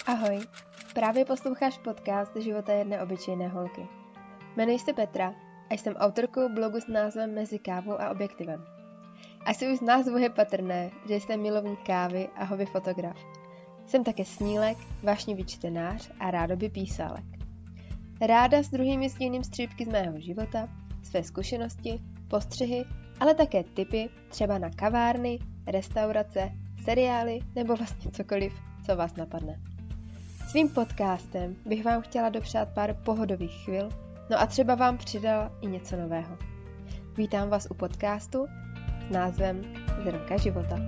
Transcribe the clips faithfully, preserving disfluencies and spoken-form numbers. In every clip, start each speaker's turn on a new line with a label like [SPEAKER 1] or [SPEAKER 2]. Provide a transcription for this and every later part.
[SPEAKER 1] Ahoj, právě posloucháš podcast Života jedné obyčejné holky. Jmenuji se Petra a jsem autorkou blogu s názvem Mezi kávou a objektivem. Asi už z názvu je patrné, že jsem milovník kávy a hobby fotograf. Jsem také snílek, vášnivý čtenář a rádoby písálek. Ráda s druhými sdílím střípky z mého života, své zkušenosti, postřehy, ale také tipy třeba na kavárny, restaurace, seriály nebo vlastně cokoliv, co vás napadne. Svým podcastem bych vám chtěla dopřát pár pohodových chvil, no a třeba vám přidala i něco nového. Vítám vás u podcastu s názvem Zrnka života.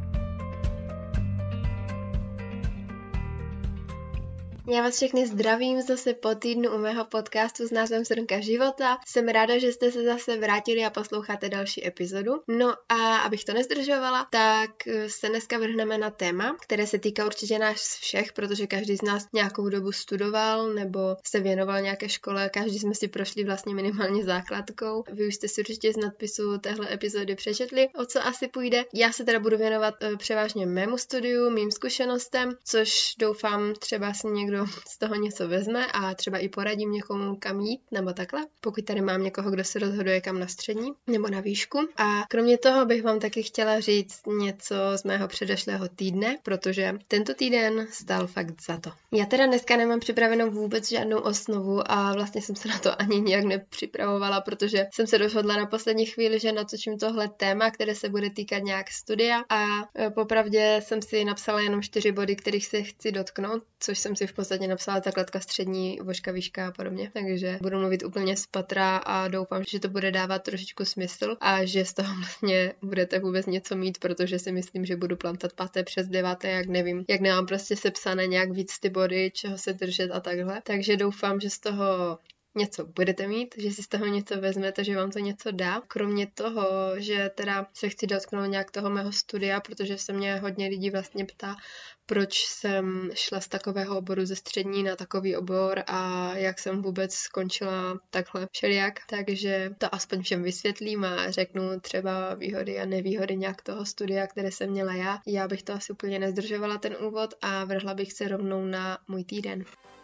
[SPEAKER 1] Já vás všechny zdravím zase po týdnu u mého podcastu s názvem Zrnka života. Jsem ráda, že jste se zase vrátili a posloucháte další epizodu. No a abych to nezdržovala, tak se dneska vrhneme na téma, které se týká určitě nás všech, protože každý z nás nějakou dobu studoval nebo se věnoval nějaké škole, každý jsme si prošli vlastně minimálně základkou. Vy už jste si určitě z nadpisu téhle epizody přečetli, o co asi půjde. Já se teda budu věnovat převážně mému studiu, mým zkušenostem, což doufám třeba si někdo z toho něco vezme a třeba i poradím někomu, kam jít, nebo takhle, pokud tady mám někoho, kdo se rozhoduje kam na střední nebo na výšku. A kromě toho bych vám taky chtěla říct něco z mého předešlého týdne, protože tento týden stál fakt za to. Já teda dneska nemám připravenou vůbec žádnou osnovu a vlastně jsem se na to ani nijak nepřipravovala, protože jsem se rozhodla na poslední chvíli, že natočím tohle téma, které se bude týkat nějak studia a popravdě jsem si napsala jenom čtyři body, kterých se chci dotknout, což jsem si v podstatě napsala základka střední, vožka, výška a podobně. Takže budu mluvit úplně z patra a doufám, že to bude dávat trošičku smysl a že z toho vlastně budete vůbec něco mít, protože si myslím, že budu plantat páté přes deváté, jak nevím, jak nemám prostě sepsané nějak víc ty body, čeho se držet a takhle. Takže doufám, že z toho něco budete mít, že si z toho něco vezmete, že vám to něco dá. Kromě toho, že teda se chci dotknout nějak toho mého studia, protože se mě hodně lidí vlastně ptá, proč jsem šla z takového oboru ze střední na takový obor a jak jsem vůbec skončila takhle všelijak. Takže to aspoň všem vysvětlím a řeknu třeba výhody a nevýhody nějak toho studia, které jsem měla já. Já bych to asi úplně nezdržovala ten úvod a vrhla bych se rovnou na můj týden.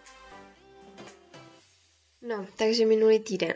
[SPEAKER 1] No, takže minulý týden.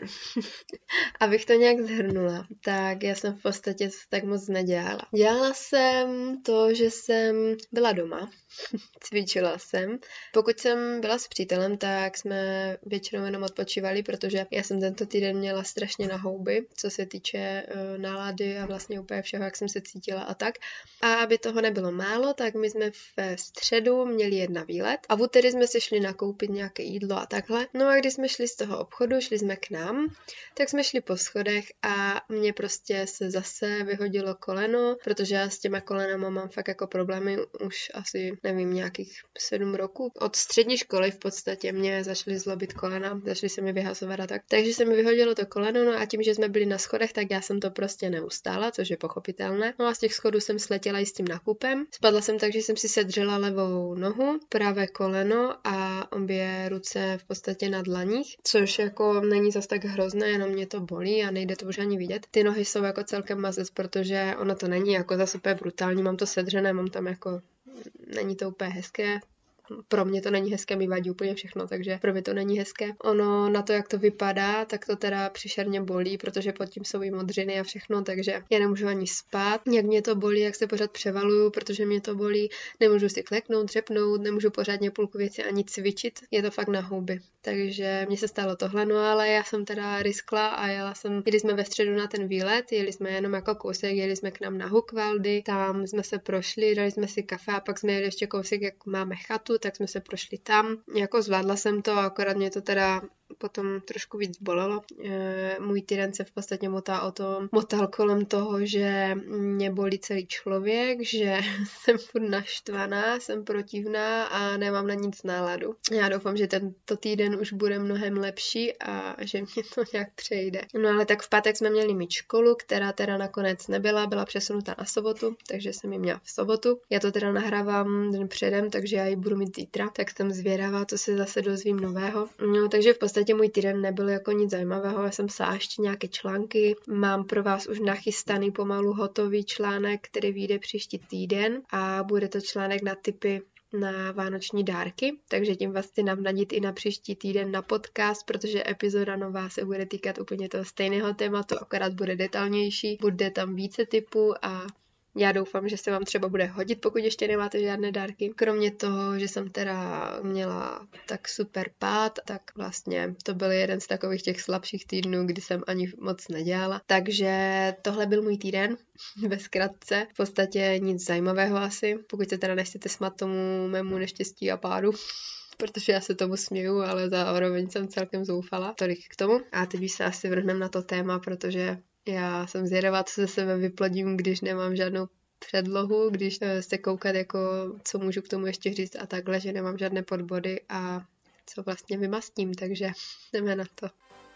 [SPEAKER 1] Abych to nějak shrnula, tak já jsem v podstatě tak moc nedělala. Dělala jsem to, že jsem byla doma, cvičila jsem. Pokud jsem byla s přítelem, tak jsme většinou jenom odpočívali, protože já jsem tento týden měla strašně na houby, co se týče uh, nálady a vlastně úplně všeho, jak jsem se cítila a tak. A aby toho nebylo málo, tak my jsme ve středu měli jedna výlet a v úterý jsme si šli nakoupit nějaké jídlo a takhle. No a když jsme šli z toho obchodu, šli jsme k nám, tak jsme šli po schodech a mně prostě se zase vyhodilo koleno, protože já s těma kolenama mám fakt jako problémy už asi, nevím, nějakých sedm roků. Od střední školy v podstatě mě začaly zlobit kolena, začaly se mi vyhazovat a tak. Takže se mi vyhodilo to koleno, no a tím, že jsme byli na schodech, tak já jsem to prostě neustála, což je pochopitelné. No a z těch schodů jsem sletěla i s tím nákupem. Spadla jsem tak, že jsem si sedřela levou nohu, pravé koleno a obě ruce v podstatě na dlaních, což jako není zas tak hrozné, jenom mě to bolí a nejde to už ani vidět. Ty nohy jsou jako celkem mazec, protože ono to není jako zase úplně brutální, mám to sedřené, mám tam jako, není to úplně hezké. Pro mě to není hezké, mi vadí úplně všechno, takže pro mě to není hezké. Ono na to, jak to vypadá, tak to teda příšerně bolí, protože pod tím jsou i modřiny a všechno, takže já nemůžu ani spát. Jak mě to bolí, jak se pořád převaluju, protože mě to bolí, nemůžu si kleknout, dřepnout, nemůžu pořádně půlku věci ani cvičit, je to fakt na houby. Takže mně se stalo tohle, no ale já jsem teda riskla a jela jsem, jeli jsme ve středu na ten výlet, jeli jsme jenom jako kousek, jeli jsme k nám na Hukvaldy, tam jsme se prošli, dali jsme si kafe a pak jsme jeli ještě kousek, jak máme chatu, tak jsme se prošli tam. Jako zvládla jsem to, akorát mě to teda potom trošku víc bolelo. E, můj týden se v podstatě motá o tom, motal kolem toho, že mě bolí celý člověk, že jsem furt naštvaná, jsem protivná a nemám na nic náladu. Já doufám, že tento týden už bude mnohem lepší a že mě to nějak přejde. No ale tak v pátek jsme měli mít školu, která teda nakonec nebyla, byla přesunuta na sobotu, takže jsem ji měla v sobotu. Já to teda nahrávám den předem, takže já ji budu mít zítra, tak jsem zvědavá, co se zase dozvím nového. No takže v podstatě můj týden nebyl jako nic zajímavého, já jsem psala ještě nějaké články, mám pro vás už nachystaný pomalu hotový článek, který vyjde příští týden a bude to článek na tipy na vánoční dárky, takže tím vás chci navnadit i na příští týden na podcast, protože epizoda nová se bude týkat úplně toho stejného tématu, akorát bude detailnější, bude tam více typů a já doufám, že se vám třeba bude hodit, pokud ještě nemáte žádné dárky. Kromě toho, že jsem teda měla tak super pád, tak vlastně to byl jeden z takových těch slabších týdnů, kdy jsem ani moc nedělala. Takže tohle byl můj týden, ve zkratce. V podstatě nic zajímavého asi, pokud se teda nechcete smát tomu mému neštěstí a pádu. Protože já se tomu směju, ale zároveň jsem celkem zoufala. Tolik k tomu. A teď už se asi vrhneme na to téma, protože já jsem zvědavá, co se sebe vyplodím, když nemám žádnou předlohu, když se koukat, jako co můžu k tomu ještě říct a takhle, že nemám žádné podbody a co vlastně vymastím, takže jdeme na to.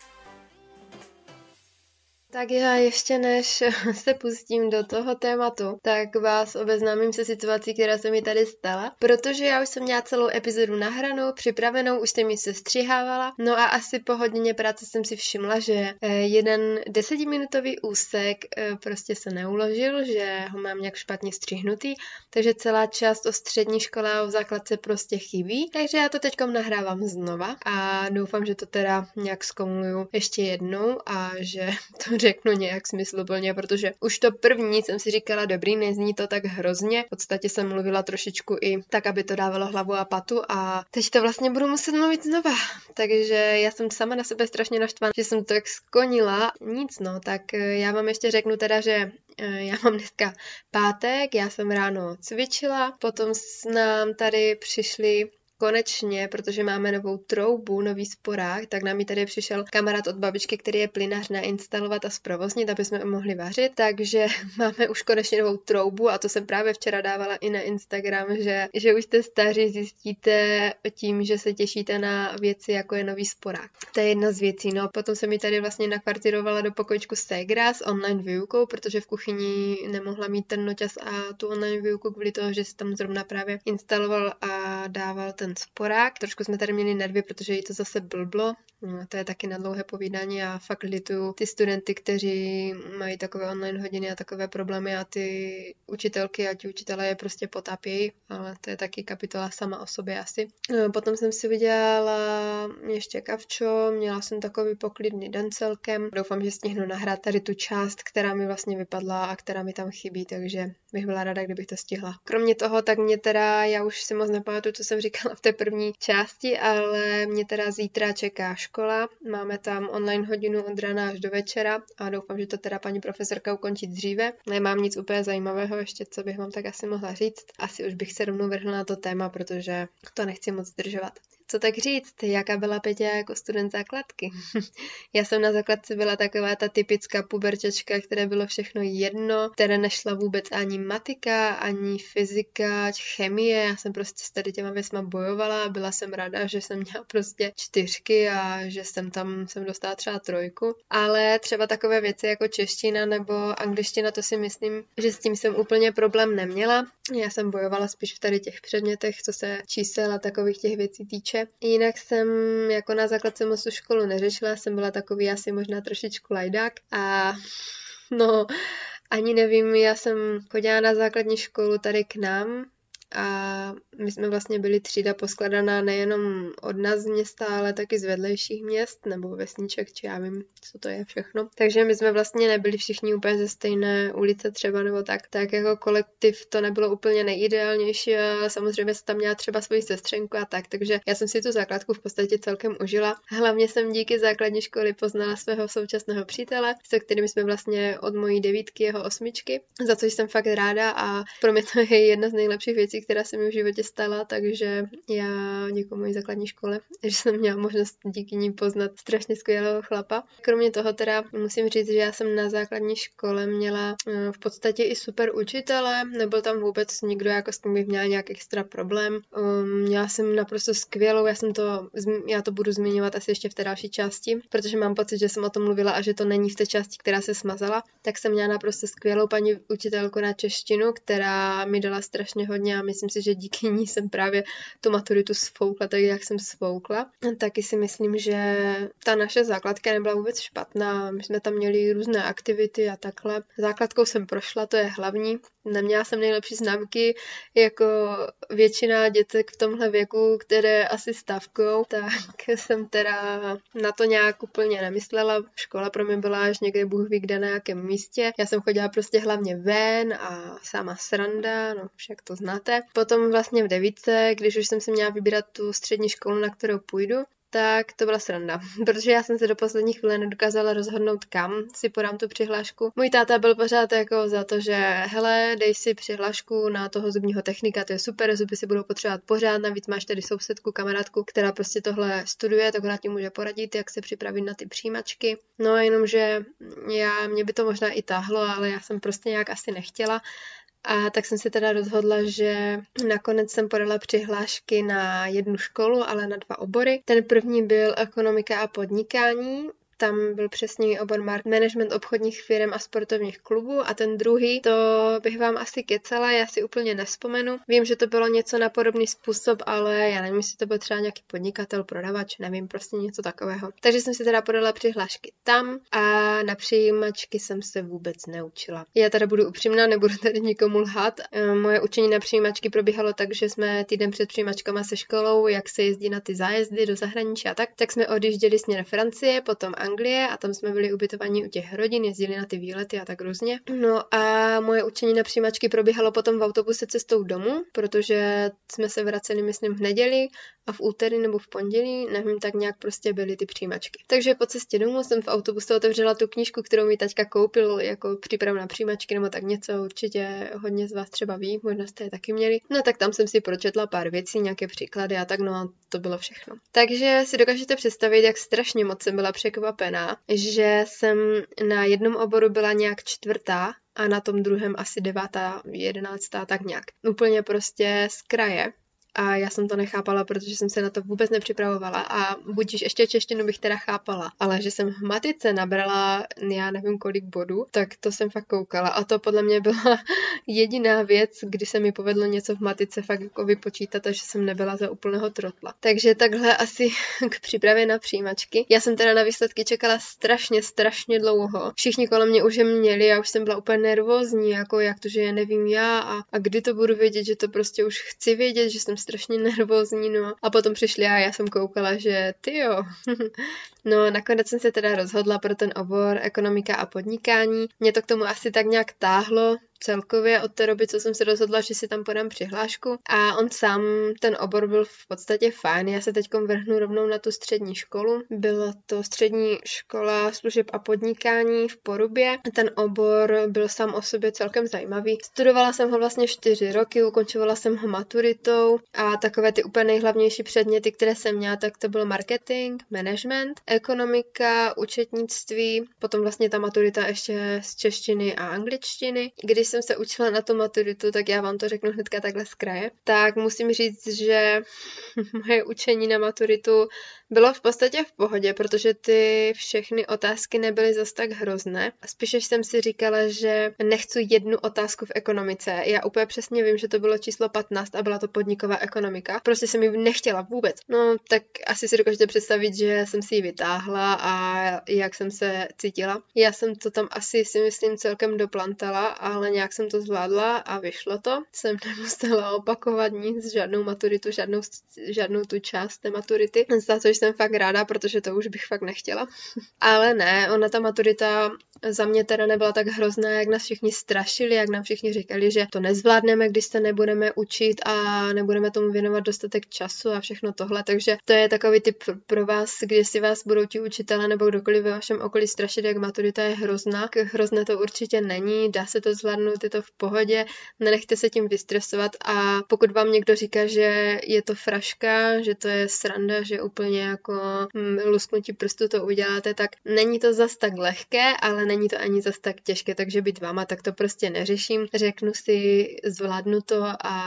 [SPEAKER 1] Tak já ještě než se pustím do toho tématu, tak vás obeznámím se situací, která se mi tady stala, protože já už jsem měla celou epizodu nahranou, připravenou, už jsem ji sestřihávala, no a asi po hodině práce jsem si všimla, že jeden desetiminutový úsek prostě se neuložil, že ho mám nějak špatně střihnutý, takže celá část o střední škole a o základce prostě chybí, takže já to teďkom nahrávám znova a doufám, že to teda nějak zkomuluju ještě jednou a že to řeknu nějak smysluplně, protože už to první jsem si říkala, dobrý, nezní to tak hrozně. V podstatě jsem mluvila trošičku i tak, aby to dávalo hlavu a patu a teď to vlastně budu muset mluvit znova. Takže já jsem sama na sebe strašně naštvaná, že jsem to jak skonila. Nic no, tak já vám ještě řeknu teda, že já mám dneska pátek, já jsem ráno cvičila, potom nám tady přišli konečně, protože máme novou troubu, nový sporák, tak nám ji tady přišel kamarád od babičky, který je plynář, nainstalovat a zprovoznit, aby jsme mohli vařit, takže máme už konečně novou troubu a to jsem právě včera dávala i na Instagram, že, že už jste staří, zjistíte tím, že se těšíte na věci, jako je nový sporák. To je jedna z věcí, no. Potom jsem mi tady vlastně nakvartirovala do pokojičku ségra s online výukou, protože v kuchyni nemohla mít ten noťaz a tu online výuku kvůli toho, že se tam zrovna právě instaloval a dával ten sporák. Trošku jsme tady měli nervy, protože jí to zase blblo. No, to je taky na dlouhé povídání a fakt lituju ty studenty, kteří mají takové online hodiny a takové problémy a ty učitelky a ti učitelé je prostě potápějí, ale to je taky kapitola sama o sobě asi. No, potom jsem si vydělala ještě kavčo, měla jsem takový poklidný den celkem. Doufám, že stihnu nahrát tady tu část, která mi vlastně vypadla a která mi tam chybí, takže bych byla ráda, kdybych to stihla. Kromě toho, tak mě teda, já už si moc nepamatuju, co jsem říkala v té první části, ale mě teda zítra čeká škola. Máme tam online hodinu od rána až do večera a doufám, že to teda paní profesorka ukončí dříve. Nemám nic úplně zajímavého ještě, co bych vám tak asi mohla říct. Asi už bych se rovnou vrhla na to téma, protože to nechci moc zdržovat. Co tak říct, jaká byla Peťa jako student základky? Já jsem na základce byla taková ta typická puberčačka, které bylo všechno jedno, které nešla vůbec ani matika, ani fyzika, chemie. Já jsem prostě s tady těma věcma bojovala a byla jsem ráda, že jsem měla prostě čtyřky a že jsem tam jsem dostala třeba trojku. Ale třeba takové věci jako čeština nebo angličtina, to si myslím, že s tím jsem úplně problém neměla. Já jsem bojovala spíš v tady těch předmětech, co se čísel a takových těch věcí týče. Jinak jsem jako na základce moc tu školu neřešila, jsem byla takový asi možná trošičku lajdák a no ani nevím, já jsem chodila na základní školu tady k nám a my jsme vlastně byli třída poskladaná nejenom od nás z města, ale taky z vedlejších měst nebo vesniček, či já vím, co to je všechno. Takže my jsme vlastně nebyli všichni úplně ze stejné ulice třeba nebo tak. Tak jako kolektiv to nebylo úplně nejideálnější a samozřejmě jsem tam měla třeba svoji sestřenku a tak, takže já jsem si tu základku v podstatě celkem užila. Hlavně jsem díky základní školy poznala svého současného přítele, se kterým jsme vlastně od mojí devítky jeho osmičky, za což jsem fakt ráda a pro mě to je jedna z nejlepších věcí, která se mi v životě stala, takže já děkuji mojí základní škole, že jsem měla možnost díky ní poznat strašně skvělého chlapa. Kromě toho teda musím říct, že já jsem na základní škole měla v podstatě i super učitele, nebyl tam vůbec nikdo, jako s tím bych měla nějak extra problém. Měla jsem naprosto skvělou, já jsem to, já to budu zmiňovat asi ještě v té další části, protože mám pocit, že jsem o tom mluvila a že to není v té části, která se smazala, tak jsem měla naprosto skvělou paní učitelku na češtinu, která mi dala strašně hodně a myslím si, že díky ní jsem právě tu maturitu sfoukla, tak jak jsem sfoukla. Taky si myslím, že ta naše základka nebyla vůbec špatná, my jsme tam měli různé aktivity a takhle. Základkou jsem prošla, to je hlavní. Neměla jsem nejlepší známky, jako většina dětek v tomhle věku, které asi stavkou, tak jsem teda na to nějak úplně nemyslela. Škola pro mě byla až někde Bůh ví kde na jakém místě. Já jsem chodila prostě hlavně ven a sama sranda, no však to znáte. Potom vlastně v devítce, když už jsem si měla vybírat tu střední školu, na kterou půjdu, tak to byla sranda, protože já jsem se do poslední chvíle nedokázala rozhodnout, kam si podám tu přihlášku. Můj táta byl pořád jako za to, že hele, dej si přihlášku na toho zubního technika, to je super, zuby si budou potřebovat pořád, navíc máš tady sousedku, kamarádku, která prostě tohle studuje, tak ona ti může poradit, jak se připravit na ty přijímačky. No jenomže já, mě by to možná i táhlo, ale já jsem prostě nějak asi nechtěla. A tak jsem se teda rozhodla, že nakonec jsem podala přihlášky na jednu školu, ale na dva obory. Ten první byl ekonomika a podnikání. Tam byl přesně obor management obchodních firm a sportovních klubů a ten druhý, to bych vám asi kecala, já si úplně nevzpomenu. Vím, že to bylo něco na podobný způsob, ale já nevím, jestli to byl třeba nějaký podnikatel, prodavač, nevím, prostě něco takového. Takže jsem si teda podala přihlášky tam a na přijímačky jsem se vůbec neučila. Já teda budu upřímná, nebudu tady nikomu lhát. Moje učení na přijímačky probíhalo tak, že jsme týden před přijímačkama se školou, jak se jezdí na ty zájezdy do zahraničí a tak, tak jsme odjížděli směr Francie, potom Anglie a tam jsme byli ubytovaní u těch rodin, jezdili na ty výlety a tak různě. No a moje učení na přijímačky probíhalo potom v autobuse cestou domů, protože jsme se vraceli, myslím, v neděli a v úterý nebo v pondělí, nevím, tak nějak prostě byly ty přijímačky. Takže po cestě domů jsem v autobuse otevřela tu knížku, kterou mi taťka koupil jako přípravu na přijímačky nebo tak něco, určitě hodně z vás třeba ví, možná jste je taky měli. No tak tam jsem si pročetla pár věcí, nějaké příklady a tak, no a to bylo všechno. Takže si dokážete představit, jak strašně moc jsem byla překvapená, že jsem na jednom oboru byla nějak čtvrtá a na tom druhém asi devátá, jedenáctá, tak nějak. Úplně prostě z kraje. A já jsem to nechápala, protože jsem se na to vůbec nepřipravovala a budíš ještě češtinu bych teda chápala, ale že jsem v matice nabrala já nevím kolik bodů, tak to jsem fakt koukala a to podle mě byla jediná věc, kdy se mi povedlo něco v matice fakt jako vypočítat a že jsem nebyla za úplného trotla. Takže takhle asi k přípravě na přijímačky. Já jsem teda na výsledky čekala strašně, strašně dlouho. Všichni kolem mě už je měli, já už jsem byla úplně nervózní, jako jak to, že je nevím já a, a kdy to budu vědět, že to prostě už chci vědět, že jsem strašně nervózní, no. A potom přišli a já jsem koukala, že ty jo. No, nakonec jsem se teda rozhodla pro ten obor ekonomika a podnikání. Mě to k tomu asi tak nějak táhlo, celkově od té doby, co jsem se rozhodla, že si tam podám přihlášku. A on sám, ten obor byl v podstatě fajn. Já se teďkom vrhnu rovnou na tu střední školu. Byla to střední škola služeb a podnikání v Porubě. Ten obor byl sám o sobě celkem zajímavý. Studovala jsem ho vlastně čtyři roky, ukončovala jsem ho maturitou a takové ty úplně nejhlavnější předměty, které jsem měla, tak to byl marketing, management, ekonomika, účetnictví, potom vlastně ta maturita ještě z češtiny a angličtiny. Když jsem se učila na tu maturitu, tak já vám to řeknu hnedka takhle z kraje, tak musím říct, že moje učení na maturitu bylo v podstatě v pohodě, protože ty všechny otázky nebyly zas tak hrozné. Spíše jsem si říkala, že nechci jednu otázku v ekonomice. Já úplně přesně vím, že to bylo číslo patnáct a byla to podniková ekonomika. Prostě jsem ji nechtěla vůbec. No, tak asi si dokážete představit, že jsem si ji vytáhla a jak jsem se cítila. Já jsem to tam asi si myslím celkem doplantala, ale nějak jsem to zvládla a vyšlo to. Jsem nemusela opakovat nic, žádnou maturitu, žádnou, žádnou tu část té maturity. Za to jsem fakt ráda, protože to už bych fakt nechtěla. Ale ne, ona ta maturita za mě teda nebyla tak hrozná, jak nás všichni strašili, jak nám všichni říkali, že to nezvládneme, když se nebudeme učit a nebudeme tomu věnovat dostatek času a všechno tohle. Takže to je takový tip pro vás, když si vás budou ti učitelé nebo kdokoliv ve vašem okolí strašit, jak maturita je hrozná. Hrozné to určitě není, dá se to zvládnout, je to v pohodě, nenechte se tím vystresovat a pokud vám někdo říká, že je to fraška, že to je sranda, že úplně jako hm, lusknutí prstu to uděláte, tak není to zas tak lehké, ale není to ani zas tak těžké, takže být váma, tak to prostě neřeším. Řeknu si, zvládnu to a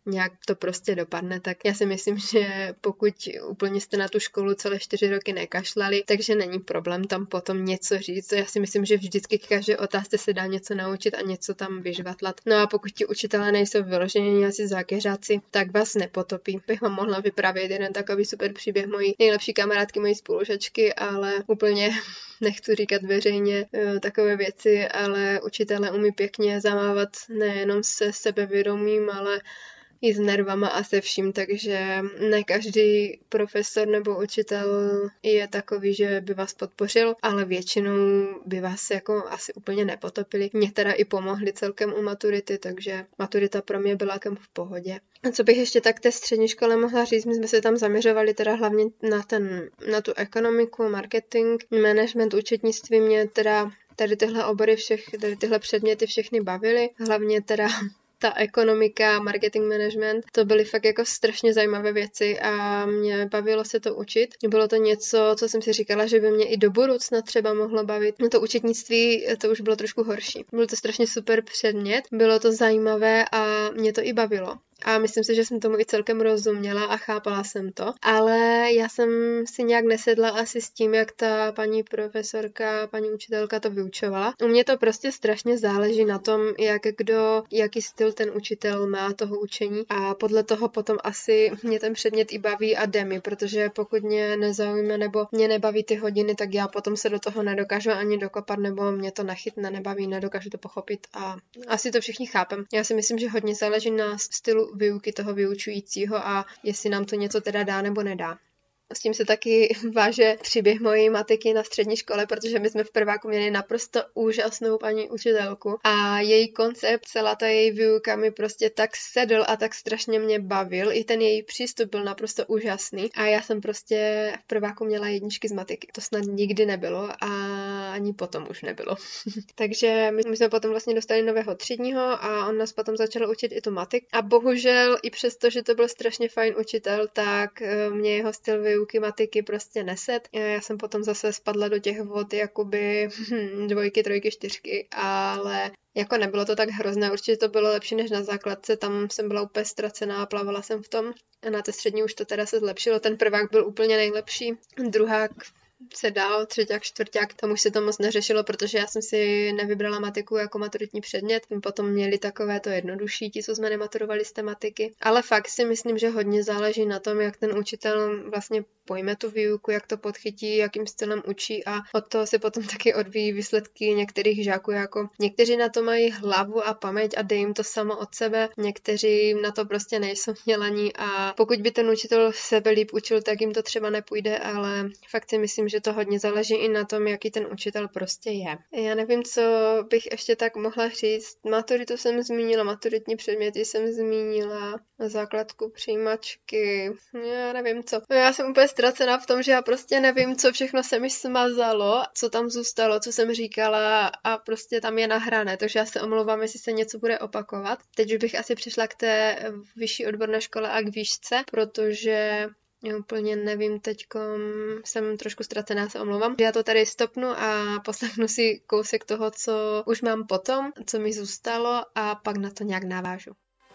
[SPEAKER 1] nějak to prostě dopadne, tak já si myslím, že pokud úplně jste na tu školu celé čtyři roky nekašlali, takže není problém tam potom něco říct. Já si myslím, že vždycky k každé otázce se dá něco naučit a něco tam vyžvatlat. No a pokud ti učitelé nejsou vyloženi nějací zákeřáci, tak vás nepotopí. Bych vám mohla vyprávět jeden takový super příběh mojí nejlepší kamarádky, mojí spolužačky, ale úplně nechci říkat veřejně e, takové věci, ale učitelé umí pěkně zamávat nejenom se sebevědomím, ale i s nervama a se vším, takže ne každý profesor nebo učitel je takový, že by vás podpořil, ale většinou by vás jako asi úplně nepotopili. Mě teda i pomohli celkem u maturity, takže maturita pro mě byla kem v pohodě. A co bych ještě tak té střední škole mohla říct, my jsme se tam zaměřovali teda hlavně na, ten, na tu ekonomiku, marketing, management, účetnictví. Mě teda tady tyhle obory, všech, tady tyhle předměty všechny bavily, hlavně teda ta ekonomika, marketing management, to byly fakt jako strašně zajímavé věci a mě bavilo se to učit. Bylo to něco, co jsem si říkala, že by mě i do budoucna třeba mohlo bavit. No to účetnictví, to už bylo trošku horší. Byl to strašně super předmět, bylo to zajímavé a mě to i bavilo. A myslím si, že jsem tomu i celkem rozuměla a chápala jsem to. Ale já jsem si nějak nesedla asi s tím, jak ta paní profesorka, paní učitelka to vyučovala. U mě to prostě strašně záleží na tom, jak kdo, jaký styl ten učitel má toho učení. A podle toho potom asi mě ten předmět i baví a jde mi, protože pokud mě nezaujme nebo mě nebaví ty hodiny, tak já potom se do toho nedokážu ani dokopat, nebo mě to nechytne, nebaví, nedokážu to pochopit a asi to všichni chápem. Já si myslím, že hodně záleží na stylu výuky toho vyučujícího a jestli nám to něco teda dá nebo nedá. S tím se taky váže příběh mojí matiky na střední škole, protože my jsme v prváku měli naprosto úžasnou paní učitelku a její koncept, celá ta její výuka mi prostě tak sedl a tak strašně mě bavil. I ten její přístup byl naprosto úžasný a já jsem prostě v prváku měla jedničky z matiky. To snad nikdy nebylo a ani potom už nebylo. Takže my, my jsme potom vlastně dostali nového třídního a on nás potom začal učit i tu matik. A bohužel i přesto, že to byl strašně fajn učitel, tak mě jeho styl výuky matiky prostě neset. Já jsem potom zase spadla do těch vod jakoby dvojky, trojky, čtyřky, ale jako nebylo to tak hrozné, určitě to bylo lepší než na základce, tam jsem byla úplně ztracená a plavala jsem v tom. A na té střední už to teda se zlepšilo, ten prvák byl úplně nejlepší, druhák se dál, třeťák, čtvrťák, tam už se to moc neřešilo, protože já jsem si nevybrala matiku jako maturitní předmět, potom měli takové to jednodušší, ti, co jsme nematurovali z tematiky. Ale fakt si myslím, že hodně záleží na tom, jak ten učitel vlastně pojme tu výuku, jak to podchytí, jakým stylem učí a od toho se potom taky odvíjí výsledky některých žáků, jako někteří na to mají hlavu a paměť a dej jim to samo od sebe, někteří na to prostě nejsou dělaní a pokud by ten učitel sebe líp učil, tak jim to třeba nepůjde, ale fakt si myslím, že to hodně záleží i na tom, jaký ten učitel prostě je. Já nevím, co bych ještě tak mohla říct. Maturitu jsem zmínila, maturitní předměty jsem zmínila, základku přijímačky, já nevím co. Já jsem úplně ztracená v tom, že já prostě nevím, co všechno se mi smazalo, co tam zůstalo, co jsem říkala a prostě tam je nahrané, takže já se omlouvám, jestli se něco bude opakovat. Teď už bych asi přišla k té vyšší odborné škole a k výšce, protože já úplně nevím, teďkom jsem trošku ztracená, se omlouvám. Já to tady stopnu a poslechnu si kousek toho, co už mám potom, co mi zůstalo a pak na to nějak navážu.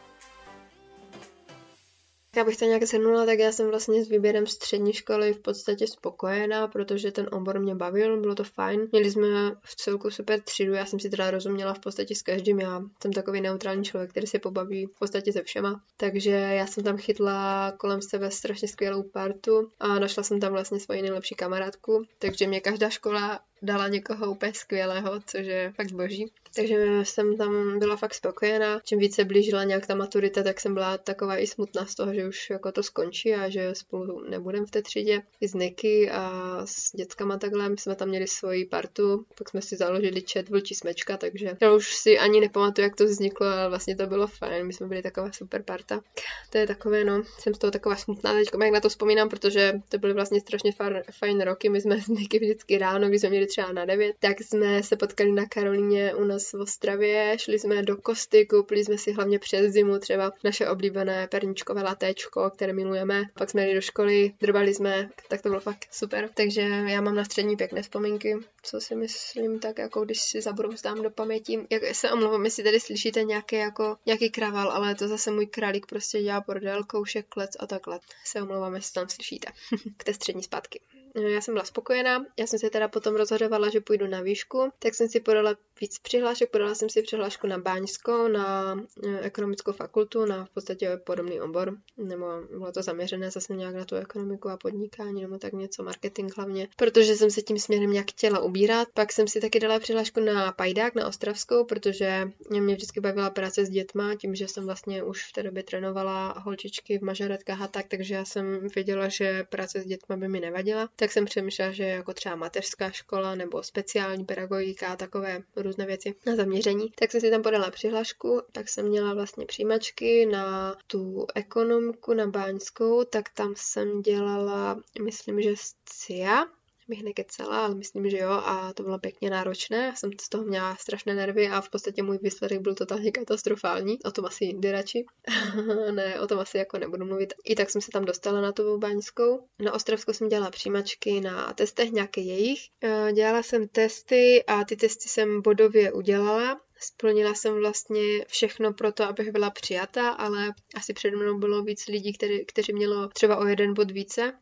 [SPEAKER 1] Já bych to nějak shrnula, tak já jsem vlastně s výběrem střední školy v podstatě spokojená, protože ten obor mě bavil, bylo to fajn. Měli jsme v celku super třídu, já jsem si teda rozuměla v podstatě s každým, já jsem takový neutrální člověk, který se pobaví v podstatě se všema. Takže já jsem tam chytla kolem sebe strašně skvělou partu a našla jsem tam vlastně svoji nejlepší kamarádku, takže mě každá škola dala někoho úplně skvělého, což je fakt boží. Takže jsem tam byla fakt spokojená. Čím více blížila nějak ta maturita, tak jsem byla taková i smutná z toho, že už jako to skončí a že spolu nebudem v té třídě. I s Niky a s dětskama takhle. My jsme tam měli svoji partu, pak jsme si založili chat Vlčí smečka, takže já už si ani nepamatuju, jak to vzniklo, ale vlastně to bylo fajn. My jsme byli taková super parta. To je takové, no, jsem z toho taková smutná teď, jak na to vzpomínám, protože to byly vlastně strašně fajn roky. My jsme s Niky vždycky ráno, když jsme měli třeba na devět, tak jsme se potkali na Karolíně u nás v Ostravě, šli jsme do Kosty, koupili jsme si hlavně přes zimu třeba naše oblíbené perničkové latéčko, které milujeme. Pak jsme jeli do školy, drbali jsme, tak to bylo fakt super. Takže já mám na střední pěkné vzpomínky, co si myslím, tak jako když si zabrouzdám do paměti. Jak se omlouvám, jestli tady slyšíte nějaký, jako, nějaký kraval, ale to zase můj králík prostě dělá bordel, kouše, klec a takhle. Se omlouvám, jestli tam slyšíte. K té střední zpátky. Já jsem byla spokojená, já jsem se teda potom rozhodovala, že půjdu na výšku, tak jsem si podala víc přihlášek, podala jsem si přihlášku na Báňskou, na ekonomickou fakultu, na v podstatě podobný obor, nebo bylo to zaměřené zase nějak na tu ekonomiku a podnikání, nebo tak něco, marketing hlavně, protože jsem se tím směrem nějak chtěla ubírat. Pak jsem si taky dala přihlášku na Pajdák, na Ostravskou, protože mě vždycky bavila práce s dětma, tím, že jsem vlastně už v té době trénovala holčičky v mažoretkách a tak, takže já jsem věděla, že práce s dětma by mi nevadila. Tak jsem přemýšlela, že jako třeba mateřská škola nebo speciální pedagogika a takové různé věci na zaměření. Tak jsem si tam podala přihlášku, tak jsem měla vlastně přijímačky na tu ekonomku, na Báňskou, tak tam jsem dělala, myslím, že z C I A, bych nekecala, ale myslím, že jo, a to bylo pěkně náročné. Já jsem z toho měla strašné nervy a v podstatě můj výsledek byl totálně katastrofální. O tom asi jindy radši. Ne, o tom asi jako nebudu mluvit. I tak jsem se tam dostala na tu Báňskou. Na Ostravsku jsem dělala přijímačky na testech nějaké jejich. Dělala jsem testy a ty testy jsem bodově udělala. Splnila jsem vlastně všechno pro to, abych byla přijata, ale asi přede mnou bylo víc lidí, který, kteří mělo třeba o jeden bod více.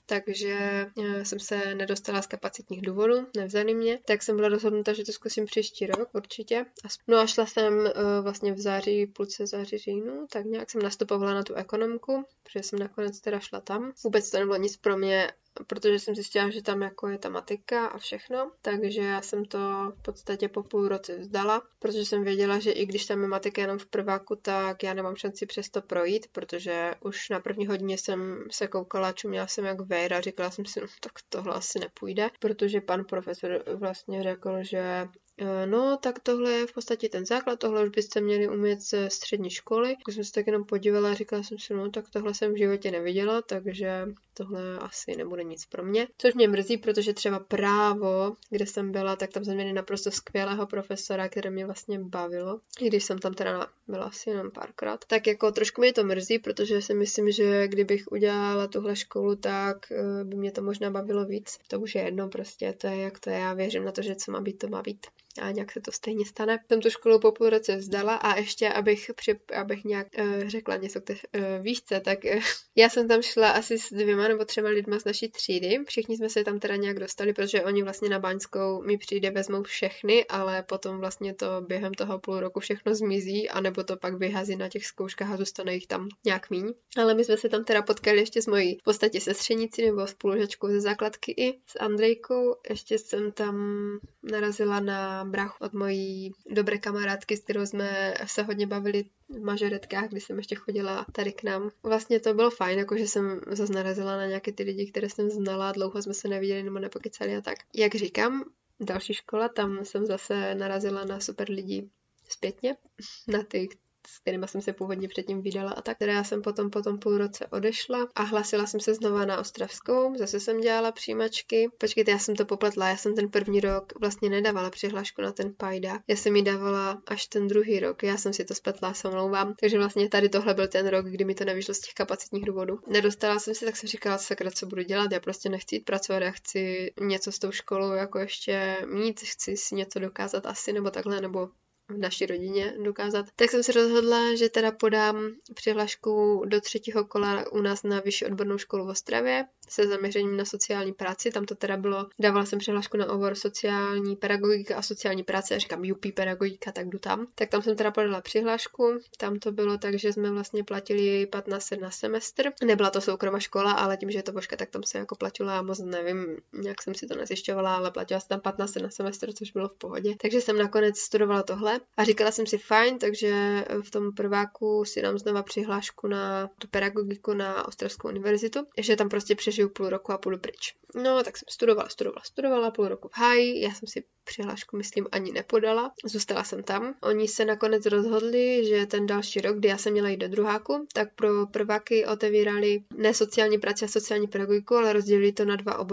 [SPEAKER 1] Takže jsem se nedostala z kapacitních důvodů, nevzali mě, tak jsem byla rozhodnuta, že to zkusím příští rok určitě. No a šla jsem vlastně v září, půlce září, říjnu, tak nějak jsem nastupovala na tu ekonomku, protože jsem nakonec teda šla tam. Vůbec to nebylo nic pro mě, protože jsem zjistila, že tam jako je ta matika a všechno, takže já jsem to v podstatě po půl roce vzdala, protože jsem věděla, že i když tam je matika jenom v prváku, tak já nemám šanci přes to projít, protože už na první hodině jsem se koukala, čuměla jsem jak vejr a říkala jsem si, no tak tohle asi nepůjde, protože pan profesor vlastně řekl, že no, tak tohle je v podstatě ten základ, tohle už byste měli umět ze střední školy. Když jsem se tak jenom podívala a říkala jsem si, no, tak tohle jsem v životě neviděla, takže tohle asi nebude nic pro mě. Což mě mrzí, protože třeba právo, kde jsem byla, tak tam jsme měli naprosto skvělého profesora, které mě vlastně bavilo, i když jsem tam teda byla asi jenom párkrát. Tak jako trošku mě to mrzí, protože si myslím, že kdybych udělala tuhle školu, tak by mě to možná bavilo víc. To už je jedno prostě, to je jak to je, já věřím na to, že co má být, to má být. A nějak se to stejně stane. Jsem tu školu po půl roce vzdala a ještě, abych, při, abych nějak uh, řekla něco k té uh, výšce, tak uh, já jsem tam šla asi s dvěma nebo třema lidma z naší třídy. Všichni jsme se tam teda nějak dostali, protože oni vlastně na Báňskou mi přijde vezmou všechny, ale potom vlastně to během toho půl roku všechno zmizí, anebo to pak vyhází na těch zkouškách a zůstane jich tam nějak míň. Ale my jsme se tam teda potkali ještě s mojí v podstatě sestřenicí nebo spolužačkou ze základky i s Andrejkou. Ještě jsem tam narazila na bráchu od mojí dobré kamarádky, s kterou jsme se hodně bavili v mažoretkách, když jsem ještě chodila tady k nám. Vlastně to bylo fajn, jakože jsem zase narazila na nějaké ty lidi, které jsem znala, dlouho jsme se neviděli nebo nepokecali a tak. Jak říkám, další škola, tam jsem zase narazila na super lidi zpětně, na ty, s kterýma jsem se původně předtím vydala a tak. Teda já jsem potom po tom půl roce odešla a hlasila jsem se znova na Ostravskou, zase jsem dělala přijímačky. Počkejte, já jsem to popletla, já jsem ten první rok vlastně nedávala přihlášku na ten Pajdák. Já jsem ji dávala až ten druhý rok, já jsem si to spletla, se omlouvám. Takže vlastně tady tohle byl ten rok, kdy mi to nevyšlo z těch kapacitních důvodů. Nedostala jsem si, tak jsem říkala, sakra, co budu dělat, já prostě nechci jít pracovat, já chci něco s tou školou jako ještě mít, chci si něco dokázat asi nebo takhle, nebo v naší rodině dokázat. Tak jsem se rozhodla, že teda podám přihlášku do třetího kola u nás na vyšší odbornou školu v Ostravě se zaměřením na sociální práci. Tam to teda bylo, dávala jsem přihlášku na obor sociální pedagogika a sociální práce a říkám U P pedagogika, tak jdu tam. Tak tam jsem teda podala přihlášku. Tam to bylo tak, že jsme vlastně platili patnáct set na semestr. Nebyla to soukromá škola, ale tím, že je to božka, tak tam se jako platila, já moc nevím, jak jsem si to nezjišťovala, ale platila jsem tam patnáct set na semestr, což bylo v pohodě. Takže jsem nakonec studovala tohle. A říkala jsem si fajn, takže v tom prváku si dám znova přihlášku na tu pedagogiku na Ostravskou univerzitu, že tam prostě přežiju půl roku a půjdu pryč. No, tak jsem studovala, studovala, studovala, půl roku v háji, já jsem si přihlášku, myslím, ani nepodala, zůstala jsem tam. Oni se nakonec rozhodli, že ten další rok, kdy já jsem měla jít do druháku, tak pro prváky otevírali ne sociální práci a sociální pedagogiku, ale rozdělili to na dva obory.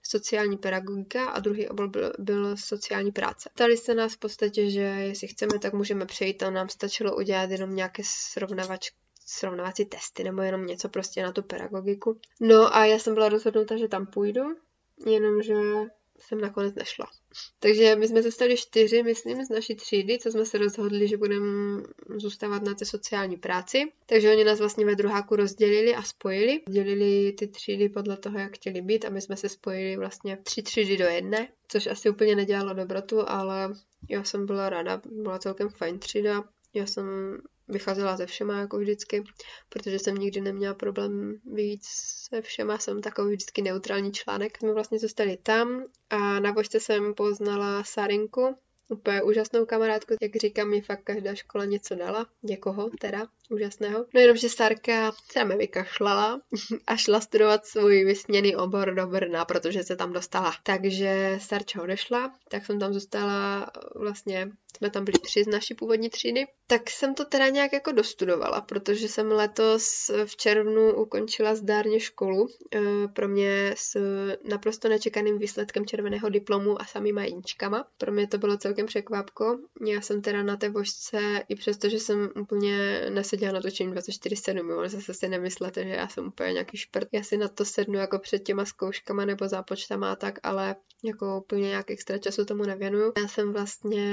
[SPEAKER 1] sociální pedagogika a druhý obor byl, byl sociální práce. Ptali se nás v podstatě, že jestli chceme, tak můžeme přejít a nám stačilo udělat jenom nějaké srovnavač, srovnávací testy nebo jenom něco prostě na tu pedagogiku. No a já jsem byla rozhodnuta, že tam půjdu, jenomže jsem nakonec nešla. Takže my jsme se stali čtyři, myslím, z naší třídy, co jsme se rozhodli, že budeme zůstávat na té sociální práci. Takže oni nás vlastně ve druháku rozdělili a spojili. Dělili ty třídy podle toho, jak chtěli být, a my jsme se spojili vlastně tři třídy do jedné, což asi úplně nedělalo dobrotu, ale já jsem byla ráda, byla celkem fajn třída. Já jsem vycházela ze všema jako vždycky, protože jsem nikdy neměla problém vyjít se všema, jsem takový vždycky neutrální článek. Jsme vlastně zůstali tam a na vožce jsem poznala Sarinku, úplně úžasnou kamarádku, jak říkám, mi fakt každá škola něco dala, někoho teda, úžasného. No jenom, že Sarka se mi vykašlala a šla studovat svůj vysněný obor do Brna, protože se tam dostala. Takže Sarča odešla, tak jsem tam zůstala, vlastně jsme tam byli tři z naší původní třídy. Tak jsem to teda nějak jako dostudovala, protože jsem letos v červnu ukončila zdárně školu. Pro mě s naprosto nečekaným výsledkem červeného diplomu a samýma jedničkama. Pro mě to bylo celkem překvapko. Já jsem teda na té vožce, i přesto, že jsem úplně neseděla na točení dvacet čtyři sedm, ale zase si nemyslete, že já jsem úplně nějaký šprt. Já si na to sednu jako před těma zkouškama nebo zápočtama a tak, ale jako úplně nějak extra času tomu nevěnuju. Já jsem vlastně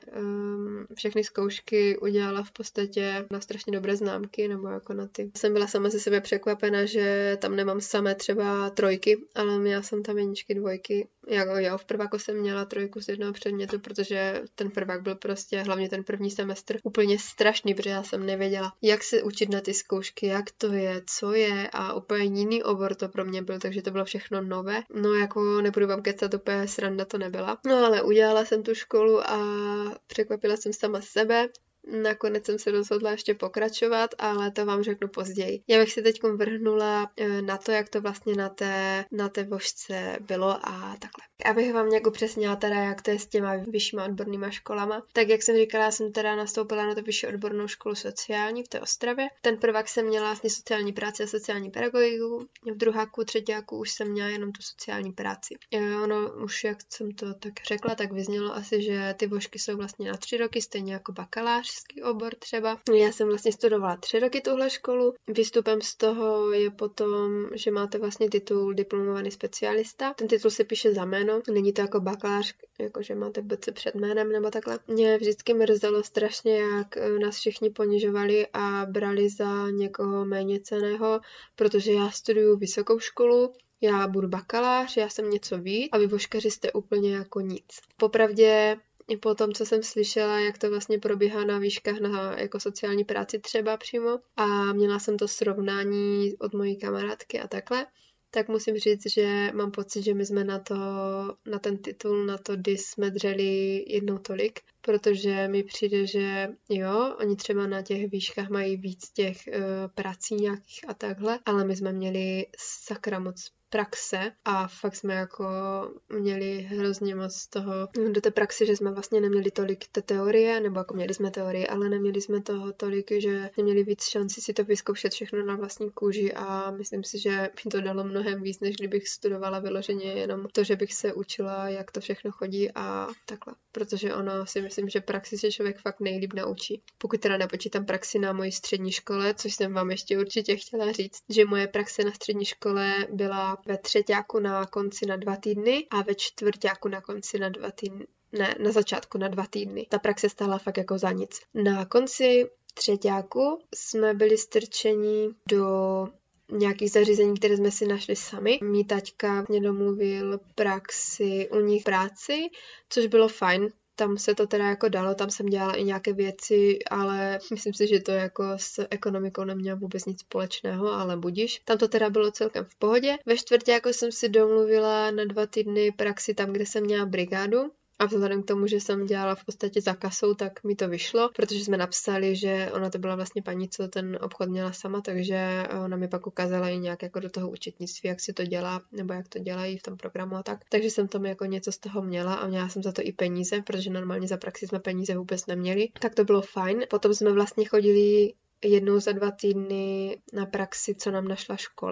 [SPEAKER 1] um, všechny zkoušky udělala v podstatě na strašně dobré známky, nebo jako na ty. Jsem byla sama ze sebe překvapena, že tam nemám samé třeba trojky, ale měla jsem tam jedničky, dvojky. Jako jo, v prváku jsem měla trojku z jednoho předmětu, protože ten prvák byl prostě, hlavně ten první semestr, úplně strašný, protože já jsem nevěděla, jak se učit na ty zkoušky, jak to je, co je, a úplně jiný obor to pro mě byl, takže to bylo všechno nové. No jako nebudu vám kecat, úplně sranda to nebyla. No ale udělala jsem tu školu a překvapila jsem sama sebe. Nakonec jsem se rozhodla ještě pokračovat, ale to vám řeknu později. Já bych si teď vrhnula na to, jak to vlastně na té, na té vožce bylo a takhle. Abych vám nějak upřesnila teda, jak to je s těma vyššíma odbornýma školama. Tak jak jsem říkala, já jsem teda nastoupila na tu vyšší odbornou školu sociální v té Ostravě. Ten prvák jsem měla vlastně sociální práci a sociální pedagogiku. V druháku, třetíku už jsem měla jenom tu sociální práci. Ono už, jak jsem to tak řekla, tak vyznělo asi, že ty vožky jsou vlastně na tři roky, stejně jako bakalářský obor třeba. Já jsem vlastně studovala tři roky tuhle školu. Výstupem z toho je potom, že máte vlastně titul diplomovaný specialista. Ten titul se píše za jméno. Není to jako bakalář, jakože máte bé cé před jménem nebo takhle. Mě vždycky mrzelo strašně, jak nás všichni ponižovali a brali za někoho méně cenného, protože já studuju vysokou školu, já budu bakalář, já jsem něco víc a vy vožkaři jste úplně jako nic. Popravdě i po tom, co jsem slyšela, jak to vlastně probíhá na výškách na jako sociální práci třeba přímo, a měla jsem to srovnání od mojí kamarádky a takhle, tak musím říct, že mám pocit, že my jsme na to, na ten titul, na to dis jsme dřeli jednou tolik, protože mi přijde, že jo, oni třeba na těch výškách mají víc těch uh, prací nějakých a takhle, ale my jsme měli sakra moc praxe a fakt jsme jako měli hrozně moc toho do té praxe, že jsme vlastně neměli tolik té teorie, nebo jako měli jsme teorie, ale neměli jsme toho tolik, že neměli víc šanci si to vyzkoušet všechno na vlastní kůži, a myslím si, že mi to dalo mnohem víc, než kdybych studovala vyloženě jenom to, že bych se učila, jak to všechno chodí a takhle. Protože ono si myslím, že praxi se člověk fakt nejlíp naučí. Pokud teda nepočítám praxi na mojí střední škole, což jsem vám ještě určitě chtěla říct, že moje praxe na střední škole byla ve třetíku na konci na dva týdny a ve čtvrtíku na konci na dva týdny. Ne, na začátku na dva týdny. Ta praxe stála fakt jako za nic. Na konci třetíku jsme byli strčeni do nějakých zařízení, které jsme si našli sami. Mí taťka mě domluvil praxi u nich v práci, což bylo fajn. Tam se to teda jako dalo, tam jsem dělala i nějaké věci, ale myslím si, že to jako s ekonomikou nemělo vůbec nic společného, ale budiš. Tam to teda bylo celkem v pohodě. Ve čtvrtě jako jsem si domluvila na dva týdny praxi tam, kde jsem měla brigádu. A vzhledem k tomu, že jsem dělala v podstatě za kasou, tak mi to vyšlo, protože jsme napsali, že ona to byla vlastně paní, co ten obchod měla sama, takže ona mi pak ukázala i nějak jako do toho účetnictví, jak si to dělá, nebo jak to dělají v tom programu a tak. Takže jsem tam jako něco z toho měla a měla jsem za to i peníze, protože normálně za praxi jsme peníze vůbec neměli. Tak to bylo fajn. Potom jsme vlastně chodili jednou za dva týdny na praxi, co nám našla škola.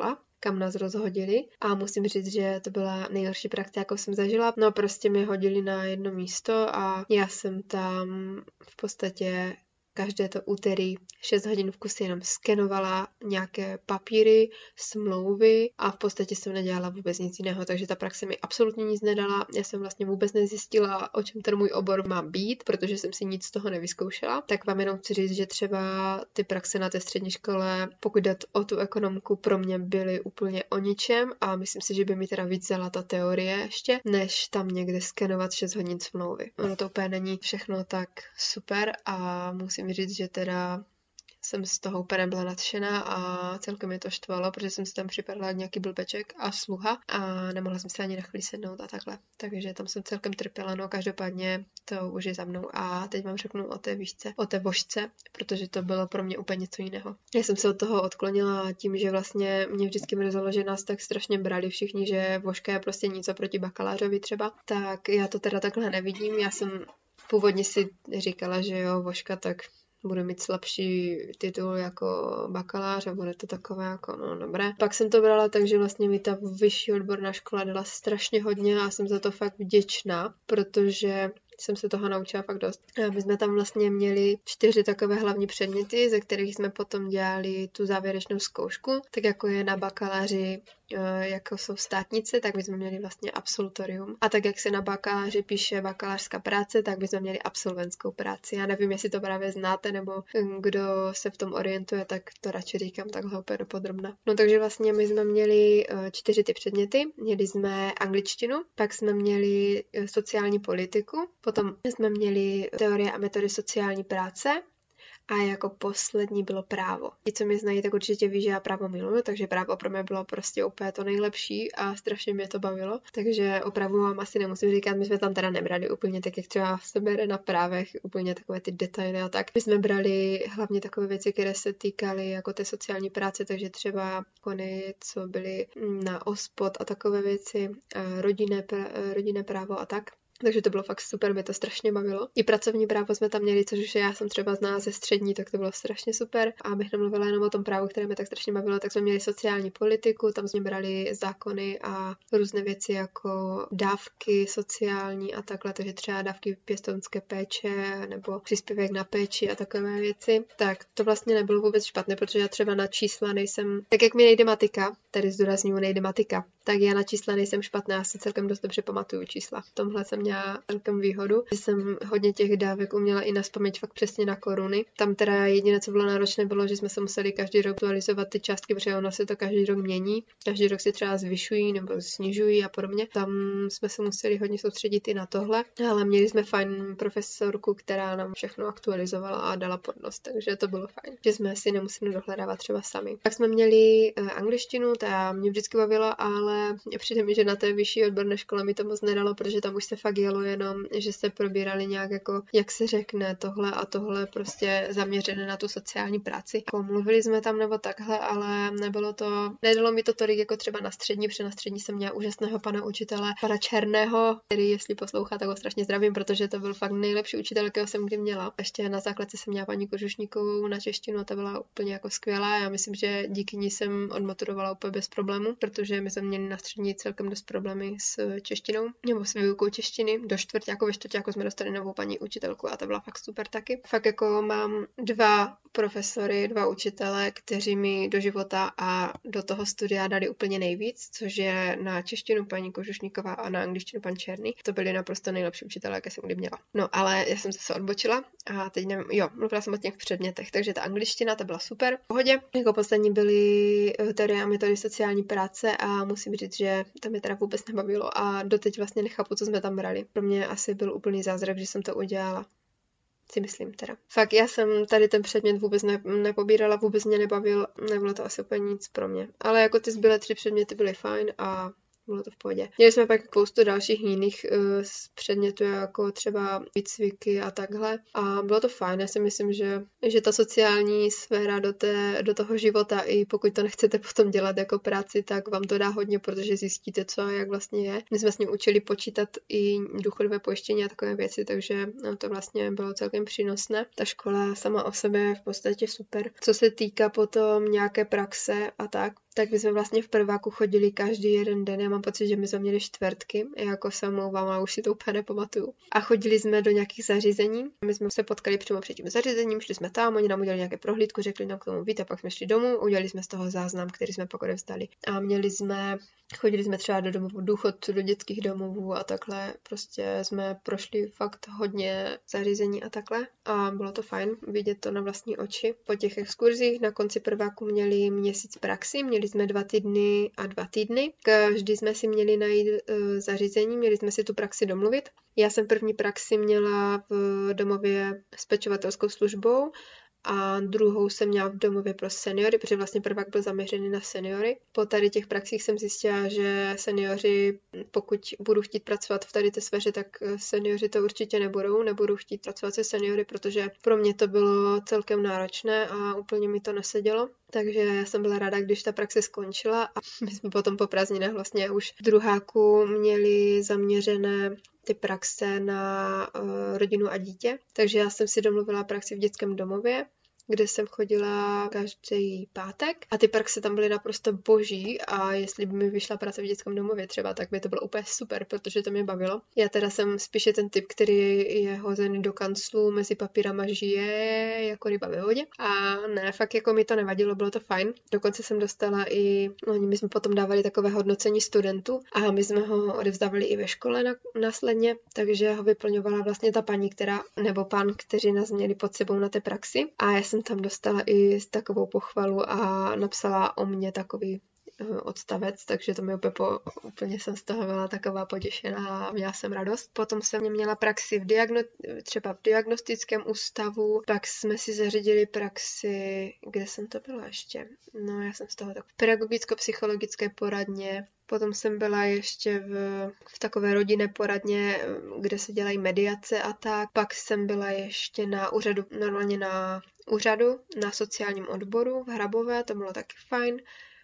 [SPEAKER 1] kam nás rozhodili a musím říct, že to byla nejhorší praxe, jakou jsem zažila. No prostě mě hodili na jedno místo a já jsem tam v podstatě každé to úterý šest hodin v kuse jenom skenovala nějaké papíry, smlouvy a v podstatě jsem nedělala vůbec nic jiného, takže ta praxe mi absolutně nic nedala. Já jsem vlastně vůbec nezjistila, o čem ten můj obor má být, protože jsem si nic z toho nevyzkoušela. Tak vám jenom chci říct, že třeba ty praxe na té střední škole, pokud jde o tu ekonomku, pro mě byly úplně o ničem a myslím si, že by mi teda víc vzala ta teorie ještě, než tam někde skenovat šest hodin smlouvy. Ono to úplně není všechno tak super a musím říct, že teda jsem z toho úplně byla nadšená a celkem mě to štvalo, protože jsem si tam připadala nějaký blbeček a sluha a nemohla jsem se ani na chvíli sednout a takhle. Takže tam jsem celkem trpěla, no každopádně to už je za mnou a teď vám řeknu o té výšce, o té vožce, protože to bylo pro mě úplně něco jiného. Já jsem se od toho odklonila tím, že vlastně mě vždycky mrzelo, že nás tak strašně brali všichni, že vožka je prostě nic oproti bakalářovi třeba, tak já to teda takhle nevidím. Já jsem původně si říkala, že jo, vožka, tak budu mít slabší titul jako bakalář a bude to takové jako, no dobré. Pak jsem to brala tak, že vlastně mi ta vyšší odborná škola dala strašně hodně a jsem za to fakt vděčná, protože jsem se toho naučila fakt dost. A my jsme tam vlastně měli čtyři takové hlavní předměty, ze kterých jsme potom dělali tu závěrečnou zkoušku, tak jako je na bakaláři, jako jsou státnice, tak my jsme měli vlastně absolutorium. A tak jak se na bakaláři píše bakalářská práce, tak my jsme měli absolventskou práci. Já nevím, jestli to právě znáte, nebo kdo se v tom orientuje, tak to radši říkám takhle úplně dopodrobna. No takže vlastně my jsme měli čtyři ty předměty. Měli jsme angličtinu, pak jsme měli sociální politiku, potom jsme měli teorie a metody sociální práce a jako poslední bylo právo. Ti, co mě znají, tak určitě ví, že já právo miluju, takže právo pro mě bylo prostě úplně to nejlepší a strašně mě to bavilo. Takže o právu vám asi nemusím říkat, my jsme tam teda nebrali úplně tak, jak třeba se bere na právech, úplně takové ty detaily a tak. My jsme brali hlavně takové věci, které se týkaly jako té sociální práce, takže třeba kony, co byly na ospod a takové věci, rodinné, pra, rodinné právo a tak. Takže to bylo fakt super, mě to strašně bavilo. I pracovní právo jsme tam měli, což už já jsem třeba znala ze střední, tak to bylo strašně super. A abych nemluvila jenom o tom právu, které mě tak strašně bavilo, tak jsme měli sociální politiku, tam jsme brali zákony a různé věci jako dávky sociální a takhle, takže třeba dávky pěstounské péče nebo příspěvek na péči a takové věci. Tak to vlastně nebylo vůbec špatné, protože já třeba na čísla nejsem, tak jak mi nejde matika, tady zdůrazňuji nejde matika, tak já na čísla nejsem špatná, já si celkem dost dobře pamatuju čísla. V tomhle jsem měla celkem výhodu, že jsem hodně těch dávek uměla i nazpaměť fakt přesně na koruny. Tam teda jediné, co bylo náročné, bylo, že jsme se museli každý rok aktualizovat ty částky, protože ono se to každý rok mění. Každý rok se třeba zvyšují nebo snižují a podobně. Tam jsme se museli hodně soustředit i na tohle, ale měli jsme fajn profesorku, která nám všechno aktualizovala a dala podnost, takže to bylo fajn, že jsme si nemuseli dohledávat třeba sami. Tak jsme měli uh, angličtinu, ta mě vždycky bavila, ale přijde mi, že na té vyšší odborné škole mi to moc nedalo, protože tam už se fakt jelo jenom, že se probírali nějak jako, jak se řekne, tohle a tohle prostě zaměřené na tu sociální práci. Jako mluvili jsme tam nebo takhle, ale nebylo to, nedalo mi to tolik jako třeba na střední, protože na střední jsem měla úžasného pana učitele, pana Černého, který jestli poslouchá, tak ho strašně zdravím, protože to byl fakt nejlepší učitel, jakého jsem kdy měla. Ještě na základce jsem měla paní Kožušníkovou na češtinu a ta byla úplně jako skvělá. Já myslím, že díky ní jsem odmaturovala úplně bez problému, protože my jsme měli na střední celkem dost problémy s češtinou nebo s výukou češtiny. Do čtvrťáku, ve čtvrťáku jsme dostali novou paní učitelku a ta byla fakt super taky. Fakt jako mám dva profesory, dva učitele, kteří mi do života a do toho studia dali úplně nejvíc, což je na češtinu paní Kožušníková a na angličtinu pan Černý. To byli naprosto nejlepší učitelé, jaké jsem kdy měla. No, ale já jsem se odbočila a teď nevím, jo, mluvila jsem o těch předmětech, takže ta angličtina, ta byla super. V pohodě. Jako poslední byly teorie a metody sociální práce a musím říct, že to mě teda vůbec nebavilo a doteď vlastně nechápu, co jsme tam brali. Pro mě asi byl úplný zázrak, že jsem to udělala. Si myslím teda. Fakt, já jsem tady ten předmět vůbec ne, nepobírala, vůbec mě nebavil, nebylo to asi úplně nic pro mě. Ale jako ty zbylé tři předměty byly fajn a bylo to v pohodě. Měli jsme pak spoustu dalších jiných uh, předmětů, jako třeba výcviky a takhle. A bylo to fajn. Já si myslím, že, že ta sociální sféra do, té, do toho života, i pokud to nechcete potom dělat jako práci, tak vám to dá hodně, protože zjistíte, co a jak vlastně je. My jsme s ním učili počítat i důchodové pojištění a takové věci, takže no, to vlastně bylo celkem přínosné. Ta škola sama o sobě je v podstatě super. Co se týká potom nějaké praxe a tak, tak my jsme vlastně v prváku chodili každý jeden den. Já mám pocit, že my jsme měli čtvrtky, jako se omlouvám, a už si to úplně nepamatuju. A chodili jsme do nějakých zařízení. My jsme se potkali přímo před tím zařízením, šli jsme tam, oni nám udělali nějaké prohlídku, řekli nám k tomu víc a pak jsme šli domů, udělali jsme z toho záznam, který jsme pak odevzdali. A měli jsme, chodili jsme třeba do domovů důchodců, do dětských domovů a takhle. Prostě jsme prošli fakt hodně zařízení a takhle. A bylo to fajn vidět to na vlastní oči. Po těch exkurzích na konci prváku měli měsíc praxi, měli jsme dva týdny a dva týdny. Každý jsme si měli najít uh, zařízení, měli jsme si tu praxi domluvit. Já jsem první praxi měla v domově s pečovatelskou službou a druhou jsem měla v domově pro seniory, protože vlastně prvák byl zaměřený na seniory. Po tady těch praxích jsem zjistila, že seniori, pokud budu chtít pracovat v tady té sféře, tak seniori to určitě nebudou, nebudu chtít pracovat se seniory, protože pro mě to bylo celkem náročné a úplně mi to nesedělo. Takže já jsem byla ráda, když ta praxe skončila a my jsme potom po prázdninách vlastně už v druháku měli zaměřené ty praxe na uh, rodinu a dítě. Takže já jsem si domluvila praxi v dětském domově, kde jsem chodila každý pátek a ty praxe tam byly naprosto boží a jestli by mi vyšla práce v dětském domově třeba, tak by to bylo úplně super, protože to mě bavilo. Já teda jsem spíše ten typ, který je hozený do kanclu, mezi papírama žije jako ryba ve vodě a ne, fakt jako mi to nevadilo, bylo to fajn. Dokonce jsem dostala i, no my jsme potom dávali takové hodnocení studentů a my jsme ho odevzdávali i ve škole na, následně, takže ho vyplňovala vlastně ta paní, která, nebo pán, kteří nás měli pod sebou na té praxi a já jsem tam dostala i takovou pochvalu a napsala o mě takový odstavec, takže to mi úplně, po, úplně jsem z toho byla taková potěšená a měla jsem radost. Potom jsem měla praxi v diagno, třeba v diagnostickém ústavu, pak jsme si zařídili praxi, kde jsem to byla ještě? No já jsem z toho tak v pedagogicko-psychologické poradně. Potom jsem byla ještě v, v takové rodinné poradně, kde se dělají mediace a tak. Pak jsem byla ještě na úřadu, normálně na úřadu, na sociálním odboru v Hrabové, to bylo taky fajn.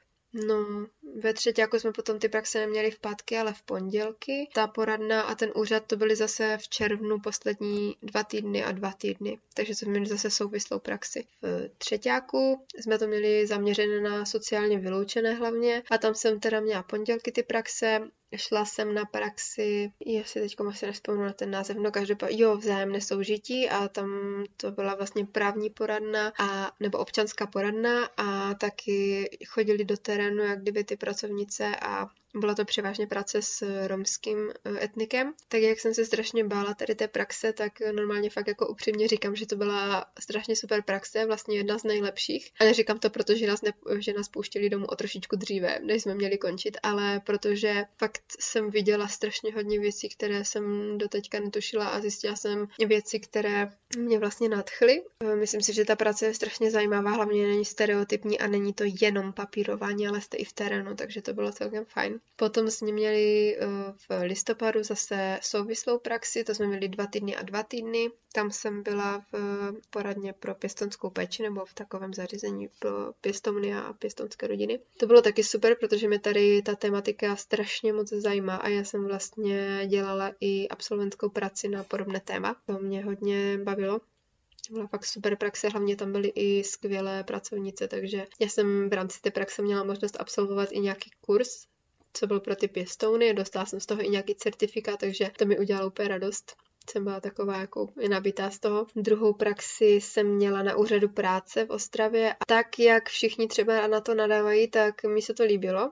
[SPEAKER 1] No, ve třetí jako jsme potom ty praxe neměli v pátky, ale v pondělky. Ta poradna a ten úřad to byly zase v červnu poslední dva týdny a dva týdny. Takže jsme měli zase souvislou praxi. V třetíku jsme to měli zaměřené na sociálně vyloučené hlavně a tam jsem teda měla pondělky ty praxe. Šla jsem na praxi, já si teď asi nevzpomenu na ten název, no každopádně, jo, vzájemné soužití a tam to byla vlastně právní poradna a, nebo občanská poradna a taky chodili do terénu jak kdyby ty pracovnice a byla to převážně práce s romským etnikem. Tak jak jsem se strašně bála tady té praxe, tak normálně fakt jako upřímně říkám, že to byla strašně super praxe, vlastně jedna z nejlepších. A neříkám to, protože nás, ne, že nás pouštěli domů o trošičku dříve, než jsme měli končit, ale protože fakt jsem viděla strašně hodně věcí, které jsem doteďka netušila a zjistila jsem věci, které mě vlastně nadchly. Myslím si, že ta práce je strašně zajímavá, hlavně není stereotypní a není to jenom papírování, ale jste i v terénu, takže to bylo celkem fajn. Potom jsme měli v listopadu zase souvislou praxi, to jsme měli dva týdny a dva týdny. Tam jsem byla v poradně pro pěstounskou péči nebo v takovém zařízení pro pěstouny a pěstounské rodiny. To bylo taky super, protože mě tady ta tematika strašně moc zajímá a já jsem vlastně dělala i absolventskou práci na podobné téma. To mě hodně bavilo. Byla fakt super praxe, hlavně tam byly i skvělé pracovnice, takže já jsem v rámci té praxe měla možnost absolvovat i nějaký kurz, co byl pro ty pěstouny, dostala jsem z toho i nějaký certifikát, takže to mi udělalo úplně radost. Jsem byla taková jako nabitá z toho. Druhou praxi jsem měla na úřadu práce v Ostravě a tak, jak všichni třeba na to nadávají, tak mi se to líbilo.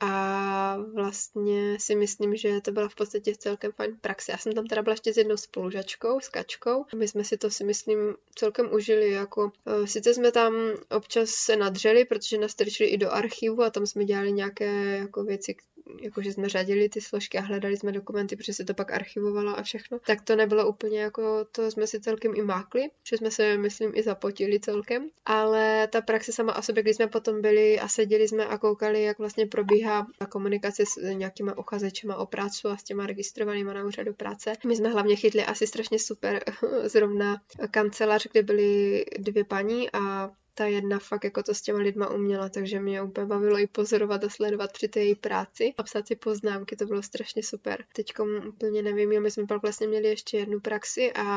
[SPEAKER 1] A vlastně si myslím, že to byla v podstatě celkem fajn praxe. Já jsem tam teda byla ještě s jednou spolužačkou, s Kačkou. My jsme si to si myslím celkem užili. Jako, sice jsme tam občas se nadřeli, protože nás trčili i do archivu a tam jsme dělali nějaké jako věci, jakože jsme řadili ty složky a hledali jsme dokumenty, protože se to pak archivovalo a všechno. Tak to nebylo úplně jako, to jsme si celkem i mákli, že jsme se, myslím, i zapotili celkem. Ale ta praxe sama o sobě, když jsme potom byli a seděli jsme a koukali, jak vlastně probíhá komunikace s nějakýma uchazečema o práci a s těma registrovanýma na úřadu práce. My jsme hlavně chytli asi strašně super zrovna kancelář, kde byly dvě paní a ta jedna fakt jako to s těma lidma uměla, takže mě úplně bavilo i pozorovat a sledovat při té její práci a psát si poznámky, to bylo strašně super. Teďkom úplně nevím, jo, my jsme pak vlastně měli ještě jednu praxi a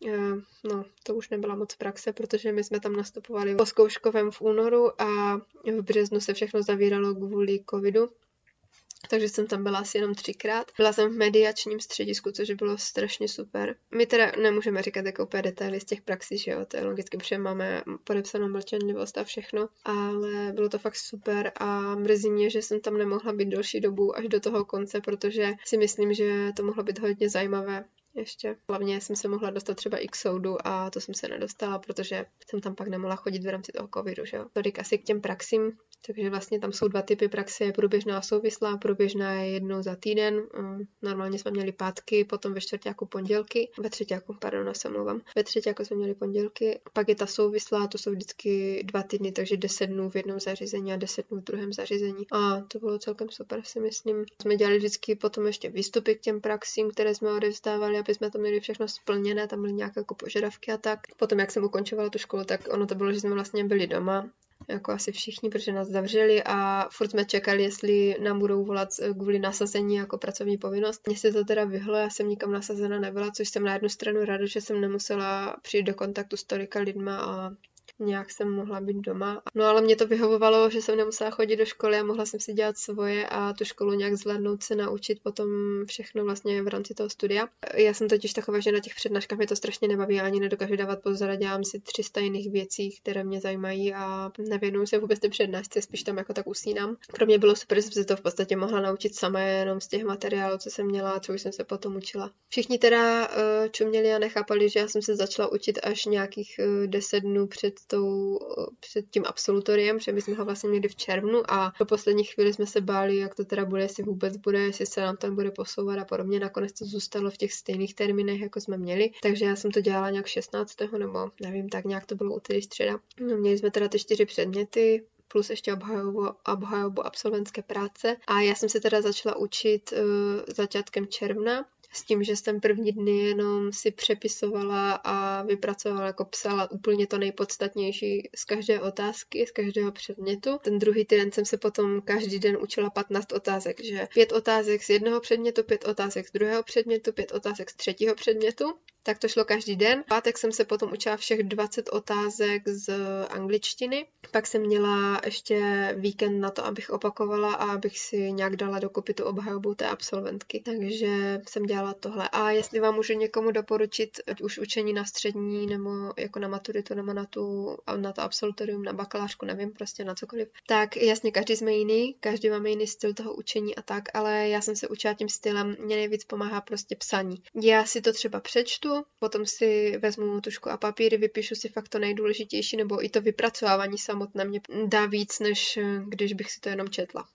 [SPEAKER 1] no, to už nebyla moc praxe, protože my jsme tam nastupovali po zkouškovém v únoru a v březnu se všechno zavíralo kvůli covidu. Takže jsem tam byla asi jenom třikrát. Byla jsem v mediačním středisku, což bylo strašně super. My teda nemůžeme říkat jako úplně detaily z těch praxí, že jo, to je logicky, protože máme podepsanou mlčenlivost a všechno, ale bylo to fakt super a mrzí mě, že jsem tam nemohla být delší dobu až do toho konce, protože si myslím, že to mohlo být hodně zajímavé. Ještě. Hlavně jsem se mohla dostat třeba i k soudu a to jsem se nedostala, protože jsem tam pak nemohla chodit v rámci toho covidu, že jo. Tolik asi k těm praxím, takže vlastně tam jsou dva typy praxe, průběžná a souvislá, průběžná je jednou za týden, normálně jsme měli pátky, potom ve čtvrťáku pondělky, ve třetíku, pardon, já se omlouvám, ve třetíku jsme měli pondělky, pak je ta souvislá, to jsou vždycky dva týdny, takže deset dnů v jednom zařízení a deset dnů v druhém zařízení a to bylo celkem super, si myslím. Jsme dělali vždycky potom ještě výstupy k těm praxím, které jsme odevzdávali, aby jsme to měli všechno splněné, tam byly nějaké jako požadavky a tak. Potom, jak jsem ukončovala tu školu, tak ono to bylo, že jsme vlastně byli doma, jako asi všichni, protože nás zavřeli a furt jsme čekali, jestli nám budou volat kvůli nasazení jako pracovní povinnost. Mně se to teda vyhlo, já jsem nikam nasazena nebyla, což jsem na jednu stranu ráda, že jsem nemusela přijít do kontaktu s tolika lidma a nějak jsem mohla být doma. No ale mě to vyhovovalo, že jsem nemusela chodit do školy a mohla jsem si dělat svoje a tu školu nějak zvládnout se naučit potom všechno vlastně v rámci toho studia. Já jsem totiž taková, že na těch přednáškách mě to strašně nebaví a ani nedokážu dávat pozor a dělám si tři sta jiných věcí, které mě zajímají a nevěnuju se vůbec té přednášce, spíš tam jako tak usínám. Pro mě bylo super, že jsem se to v podstatě mohla naučit sama jenom z těch materiálů, co jsem měla a co už jsem se potom učila. Všichni teda uh, čuměli a nechápali, že já jsem se začala učit až nějakých uh, deset dnů před tou, před tím absolutoriem, že my jsme ho vlastně měli v červnu a do poslední chvíli jsme se báli, jak to teda bude, jestli vůbec bude, jestli se nám tam bude posouvat a podobně. Nakonec to zůstalo v těch stejných termínech, jako jsme měli, takže já jsem to dělala nějak šestnáctého nebo nevím, tak nějak to bylo úterý středa. No, měli jsme teda ty čtyři předměty, plus ještě obhajobu, obhajobu absolventské práce a já jsem se teda začala učit uh, začátkem června, s tím, že jsem první dny jenom si přepisovala a vypracovala, jako psala úplně to nejpodstatnější z každé otázky, z každého předmětu. Ten druhý týden jsem se potom každý den učila patnáct otázek, že pět otázek z jednoho předmětu, pět otázek z druhého předmětu, pět otázek z třetího předmětu. Tak to šlo každý den. V pátek jsem se potom učila všech dvacet otázek z angličtiny. Pak jsem měla ještě víkend na to, abych opakovala a abych si nějak dala dokupy tu obhajobu té absolventky. Takže jsem dělala tohle. A jestli vám můžu někomu doporučit už učení na střední nebo jako na maturitu nebo na, tu, na to absolutorium, na bakalářku, nevím, prostě na cokoliv. Tak jasně, každý jsme jiný, každý máme jiný styl toho učení a tak, ale já jsem se učila tím stylem, mě nejvíc pomáhá prostě psaní. Já si to třeba přečtu, potom si vezmu tužku a papíry, vypíšu si fakt to nejdůležitější, nebo i to vypracovávání samotné mě dá víc, než když bych si to jenom četla.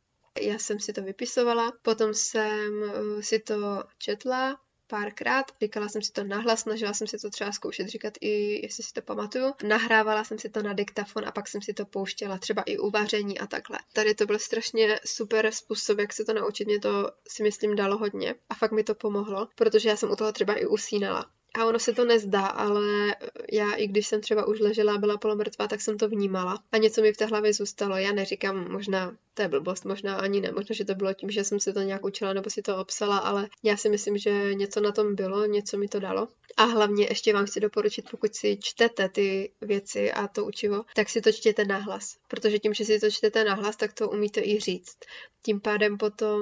[SPEAKER 1] Já jsem si to vypisovala, potom jsem si to četla párkrát, říkala jsem si to nahlas, snažila jsem si to třeba zkoušet říkat i, jestli si to pamatuju. Nahrávala jsem si to na diktafon a pak jsem si to pouštěla, třeba i u vaření a takhle. Tady to byl strašně super způsob, jak se to naučit, mě to si myslím dalo hodně a fakt mi to pomohlo, protože já jsem u toho třeba i usínala. A ono se to nezdá, ale já i když jsem třeba už ležela a byla polomrtvá, tak jsem to vnímala. A něco mi v té hlavě zůstalo. Já neříkám, možná to je blbost, možná ani ne. Možná, že to bylo tím, že jsem si to nějak učila nebo si to obsala, ale já si myslím, že něco na tom bylo, něco mi to dalo. A hlavně ještě vám chci doporučit, pokud si čtete ty věci a to učivo, tak si to čtěte nahlas. Protože tím, že si to čtete nahlas, tak to umíte i říct. Tím pádem potom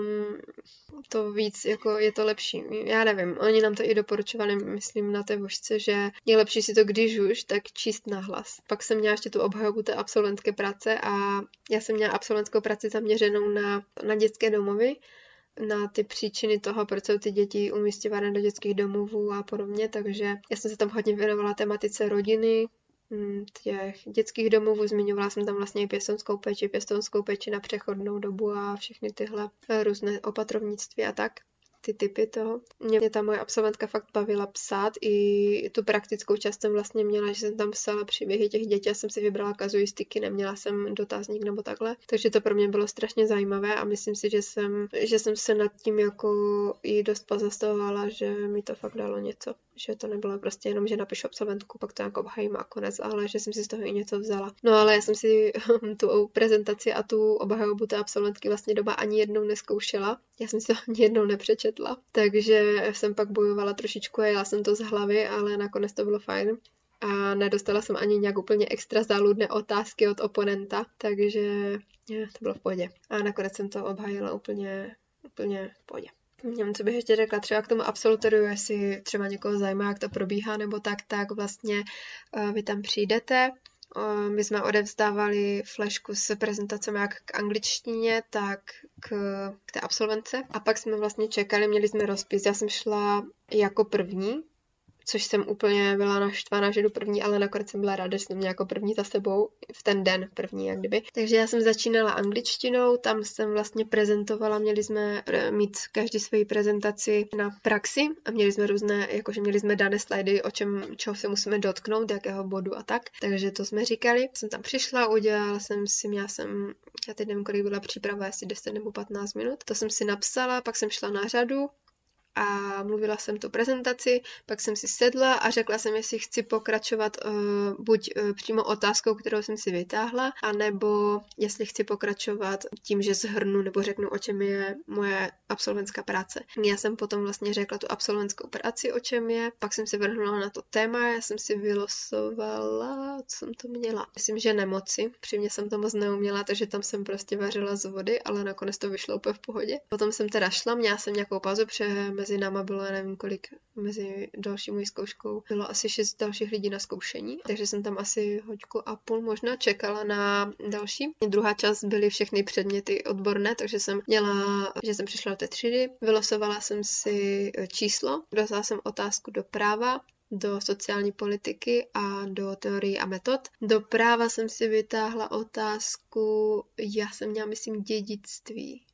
[SPEAKER 1] to víc, jako je to lepší. Já nevím, oni nám to i doporučovali, myslím, na té vožce, že je lepší si to, když už, tak číst nahlas. Pak jsem měla ještě tu obhajobu té absolventské práce a já jsem měla absolventskou práci zaměřenou na, na dětské domovy, na ty příčiny toho, proč jsou ty děti umístěvané do dětských domovů a podobně, takže já jsem se tam hodně věnovala tematice rodiny, těch dětských domovů, zmiňovala jsem tam vlastně i pěstounskou péči, pěstounskou péči na přechodnou dobu a všechny tyhle různé opatrovnictví a tak. Ty typy toho. Mě ta moje absolventka fakt bavila psát, i tu praktickou část jsem vlastně měla, že jsem tam psala příběhy těch dětí a jsem si vybrala kazuistiky, neměla jsem dotazník nebo takhle, takže to pro mě bylo strašně zajímavé a myslím si, že jsem, že jsem se nad tím jako i dost pozastavovala, že mi to fakt dalo něco, že to nebylo prostě jenom, že napíšu absolventku, pak to jako obhajím a konec, ale že jsem si z toho i něco vzala. No ale já jsem si tu prezentaci a tu obhajobu té absolventky vlastně doma ani jednou neskoušela, já jsem si to ani jednou nepřečetla. četla. Takže jsem pak bojovala trošičku a jela jsem to z hlavy, ale nakonec to bylo fajn. A nedostala jsem ani nějak úplně extra záludné otázky od oponenta, takže je, to bylo v pohodě. A nakonec jsem to obhájila úplně, úplně v pohodě. Nevím, co bych ještě řekla, třeba k tomu absolutoriu, jestli třeba někoho zajímá, jak to probíhá, nebo tak, tak vlastně uh, vy tam přijdete. Uh, my jsme odevzdávali flešku s prezentacemi jak k angličtině, tak k, k té absolvence. A pak jsme vlastně čekali, měli jsme rozpis. Já jsem šla jako první, což jsem úplně byla naštvaná, že jdu první, ale nakonec jsem byla ráda, že jsem měla jako první za sebou v ten den první, jak kdyby. Takže já jsem začínala angličtinou, tam jsem vlastně prezentovala, měli jsme mít každý svoji prezentaci na praxi a měli jsme různé, jakože měli jsme dané slajdy, o čem, čeho se musíme dotknout, jakého bodu a tak. Takže to jsme říkali. Jsem tam přišla, udělala jsem si, měla jsem, já teď nevím, kolik byla příprava, asi deset nebo patnáct minut. To jsem si napsala, pak jsem šla na řadu a mluvila jsem tu prezentaci, pak jsem si sedla a řekla jsem, jestli chci pokračovat uh, buď uh, přímo otázkou, kterou jsem si vytáhla, anebo jestli chci pokračovat tím, že shrnu nebo řeknu, o čem je moje absolventská práce. Já jsem potom vlastně řekla tu absolventskou práci, o čem je, pak jsem si vrhnula na to téma, já jsem si vylosovala, co jsem to měla. Myslím, že nemoci, přímě jsem to moc neuměla, takže tam jsem prostě vařila z vody, ale nakonec to vyšlo úplně v pohodě. Potom jsem teda šla, měla jsem nějakou pauzu, protože mezi náma bylo, nevím kolik, mezi další mojí zkouškou bylo asi šest dalších lidí na zkoušení, takže jsem tam asi hoďku a půl možná čekala na další. Druhá část byly všechny předměty odborné, takže jsem měla, že jsem přišla do té třídy, vylosovala jsem si číslo, dostala jsem otázku do práva, do sociální politiky a do teorie a metod. Do práva jsem si vytáhla otázku, já jsem měla, myslím, dědictví.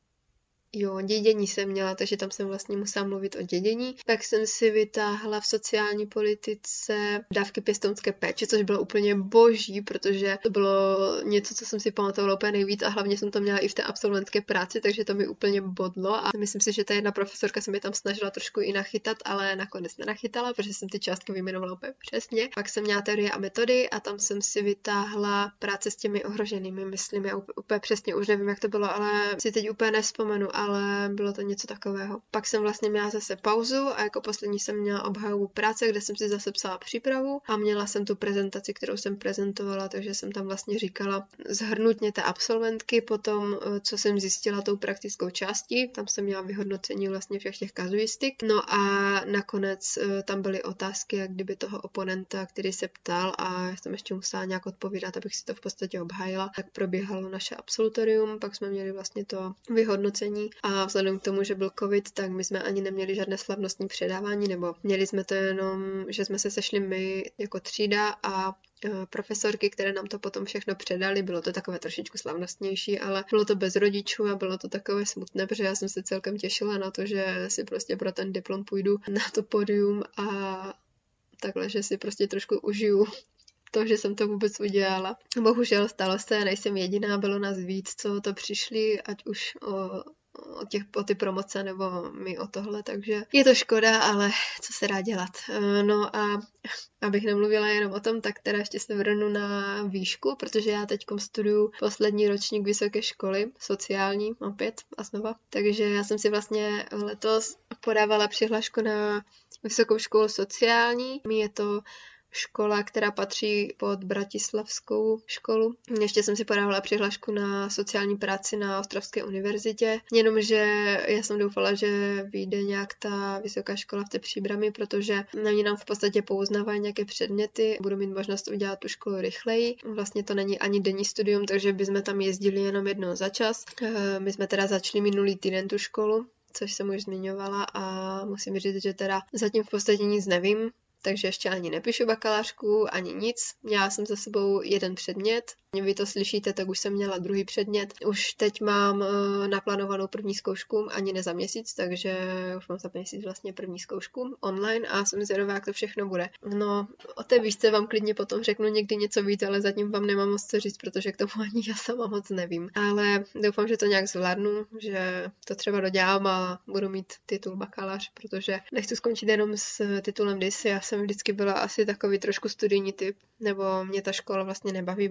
[SPEAKER 1] Jo, dědění jsem měla, takže tam jsem vlastně musela mluvit o dědění. Pak jsem si vytáhla v sociální politice dávky pěstounské péče, což bylo úplně boží, protože to bylo něco, co jsem si pamatovala úplně nejvíc a hlavně jsem to měla i v té absolventské práci, takže to mi úplně bodlo a myslím si, že ta jedna profesorka se mi tam snažila trošku i nachytat, ale nakonec nenachytala, protože jsem ty částky vyjmenovala úplně přesně. Pak jsem měla teorie a metody a tam jsem si vytáhla práce s těmi ohroženými, myslím, já úplně přesně už nevím, jak to bylo, ale si teď úplně nevzpomenu, ale bylo to něco takového. Pak jsem vlastně měla zase pauzu a jako poslední jsem měla obhajovu práce, kde jsem si zase psala přípravu a měla jsem tu prezentaci, kterou jsem prezentovala, takže jsem tam vlastně říkala zhrnutně té absolventky, potom co jsem zjistila tou praktickou částí, tam jsem měla vyhodnocení vlastně všech těch kazuistik. No a nakonec tam byly otázky, jak kdyby toho oponenta, který se ptal a já jsem ještě musela nějak odpovídat, abych si to v podstatě obhájila. Tak probíhalo naše absolutorium, pak jsme měli vlastně to vyhodnocení. A vzhledem k tomu, že byl covid, tak my jsme ani neměli žádné slavnostní předávání, nebo měli jsme to jenom, že jsme se sešli my jako třída a profesorky, které nám to potom všechno předali. Bylo to takové trošičku slavnostnější, ale bylo to bez rodičů a bylo to takové smutné, protože já jsem se celkem těšila na to, že si prostě pro ten diplom půjdu na to pódium a takhle, že si prostě trošku užiju to, že jsem to vůbec udělala. Bohužel stalo se, nejsem jediná, bylo nás víc, co to přišli, ať už o o, těch, o ty promoce nebo mi o tohle, takže je to škoda, ale co se dá dělat. No a abych nemluvila jenom o tom, tak teda ještě se vrhnu na výšku, protože já teď studuju poslední ročník vysoké školy, sociální, opět a znova. Takže já jsem si vlastně letos podávala přihlášku na vysokou školu sociální. Je to škola, která patří pod Bratislavskou školu. Ještě jsem si podávala přihlášku na sociální práci na Ostravské univerzitě, jenomže já jsem doufala, že vyjde nějak ta vysoká škola v té Příbrami, protože oni nám v podstatě pouznávají nějaké předměty, budu mít možnost udělat tu školu rychleji. Vlastně to není ani denní studium, takže bychom tam jezdili jenom jednou za čas. My jsme teda začali minulý týden tu školu, což jsem už zmiňovala a musím říct, že teda zatím v podstatě nic nevím, takže ještě ani nepíšu bakalářku, ani nic. Měla jsem za sebou jeden předmět. Vy to slyšíte, tak už jsem měla druhý předmět. Už teď mám uh, naplánovanou první zkoušku, ani ne za měsíc, takže už mám za měsíc vlastně první zkoušku online a jsem zvědavá, jak to všechno bude. No, o té výšce vám klidně potom řeknu někdy něco víc, ale zatím vám nemám moc co říct, protože k tomu ani já sama moc nevím. Ale doufám, že to nějak zvládnu, že to třeba dodělám a budu mít titul bakalář, protože nechci skončit jenom s titulem dis. Já jsem vždycky byla asi takový trošku studijní typ, nebo mě ta škola vlastně nebaví, baví mě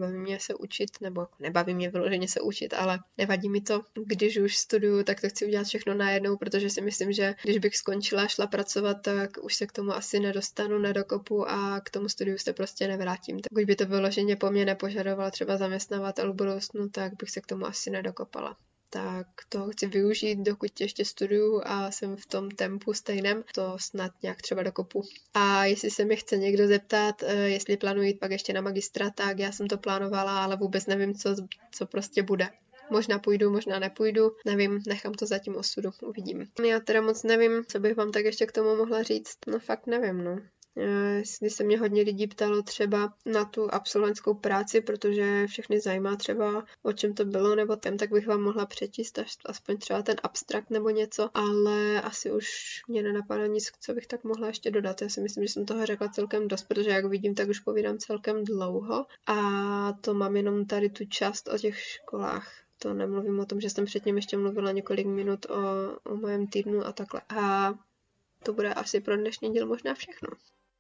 [SPEAKER 1] se učit, nebo nebaví mě vyloženě se učit, ale nevadí mi to. Když už studuju, tak to chci udělat všechno najednou, protože si myslím, že když bych skončila a šla pracovat, tak už se k tomu asi nedostanu, nedokopu a k tomu studiu se prostě nevrátím. Pokud by to vyloženě po mně nepožadoval třeba zaměstnavatel v budoucnu, tak bych se k tomu asi nedokopala. Tak to chci využít, dokud ještě studuju a jsem v tom tempu stejném, to snad nějak třeba dokopu. A jestli se mi chce někdo zeptat, jestli plánuji jít pak ještě na magistra, tak já jsem to plánovala, ale vůbec nevím, co, co prostě bude. Možná půjdu, možná nepůjdu, nevím, nechám to zatím osudu, uvidím. Já teda moc nevím, co bych vám tak ještě k tomu mohla říct, no fakt nevím, no. Když se mě hodně lidí ptalo třeba na tu absolventskou práci, protože všechny zajímá třeba, o čem to bylo nebo tím, tak bych vám mohla přečíst až, aspoň třeba ten abstrakt nebo něco, ale asi už mě nenapadá nic, co bych tak mohla ještě dodat. Já si myslím, že jsem toho řekla celkem dost, protože jak vidím, tak už povídám celkem dlouho a to mám jenom tady tu část o těch školách. To nemluvím o tom, že jsem předtím ještě mluvila několik minut o, o mém týdnu a takhle. A to bude asi pro dnešní díl možná všechno.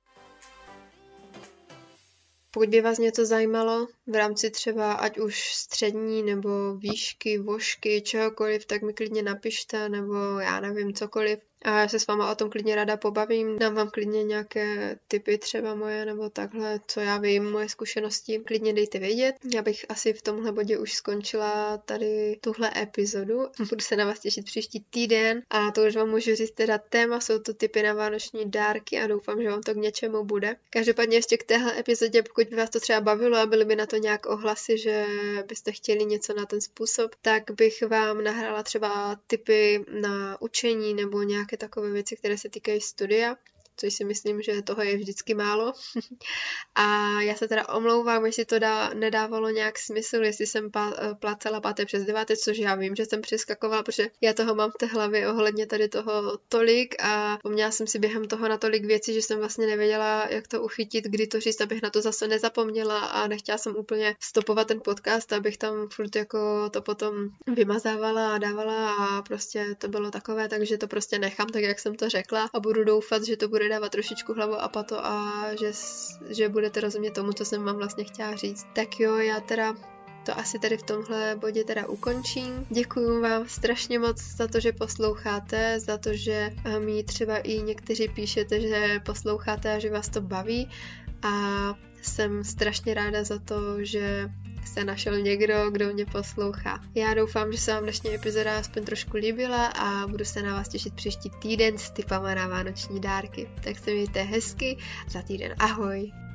[SPEAKER 1] Pokud by vás něco zajímalo v rámci třeba ať už střední nebo výšky, vošky, čehokoliv, tak mi klidně napište nebo já nevím cokoliv. A já se s váma o tom klidně ráda pobavím, dám vám klidně nějaké tipy třeba moje nebo takhle, co já vím, moje zkušenosti, klidně dejte vědět. Já bych asi v tomhle bodě už skončila tady tuhle epizodu. Budu se na vás těšit příští týden a to už vám můžu říct teda téma, jsou to tipy na vánoční dárky a doufám, že vám to k něčemu bude. Každopádně ještě k téhle epizodě, pokud by vás to třeba bavilo a byly by na to nějak ohlasy, že byste chtěli něco na ten způsob, tak bych vám nahrála třeba tipy na učení nebo nějak nějaké takové věci, které se týkají studia, což si myslím, že toho je vždycky málo. A já se teda omlouvám, jestli to dá, nedávalo nějak smysl, jestli jsem pá, plácala páté přes deváté, což já vím, že jsem přeskakovala, protože já toho mám v té hlavě ohledně tady toho tolik a pomněla jsem si během toho na tolik věcí, že jsem vlastně nevěděla, jak to uchytit, kdy to říct, abych na to zase nezapomněla a nechtěla jsem úplně stopovat ten podcast, abych tam furt jako to potom vymazávala a dávala a prostě to bylo takové, takže to prostě nechám tak, jak jsem to řekla a budu doufat, že to bude dávat trošičku hlavu a pato a že, že budete rozumět tomu, co jsem vám vlastně chtěla říct. Tak jo, já teda to asi tady v tomhle bodě teda ukončím. Děkuju vám strašně moc za to, že posloucháte, za to, že mi třeba i někteří píšete, že posloucháte a že vás to baví a jsem strašně ráda za to, že se našel někdo, kdo mě poslouchá. Já doufám, že se vám dnešní epizoda aspoň trošku líbila a budu se na vás těšit příští týden s tipama na vánoční dárky. Tak se mějte hezky, za týden ahoj!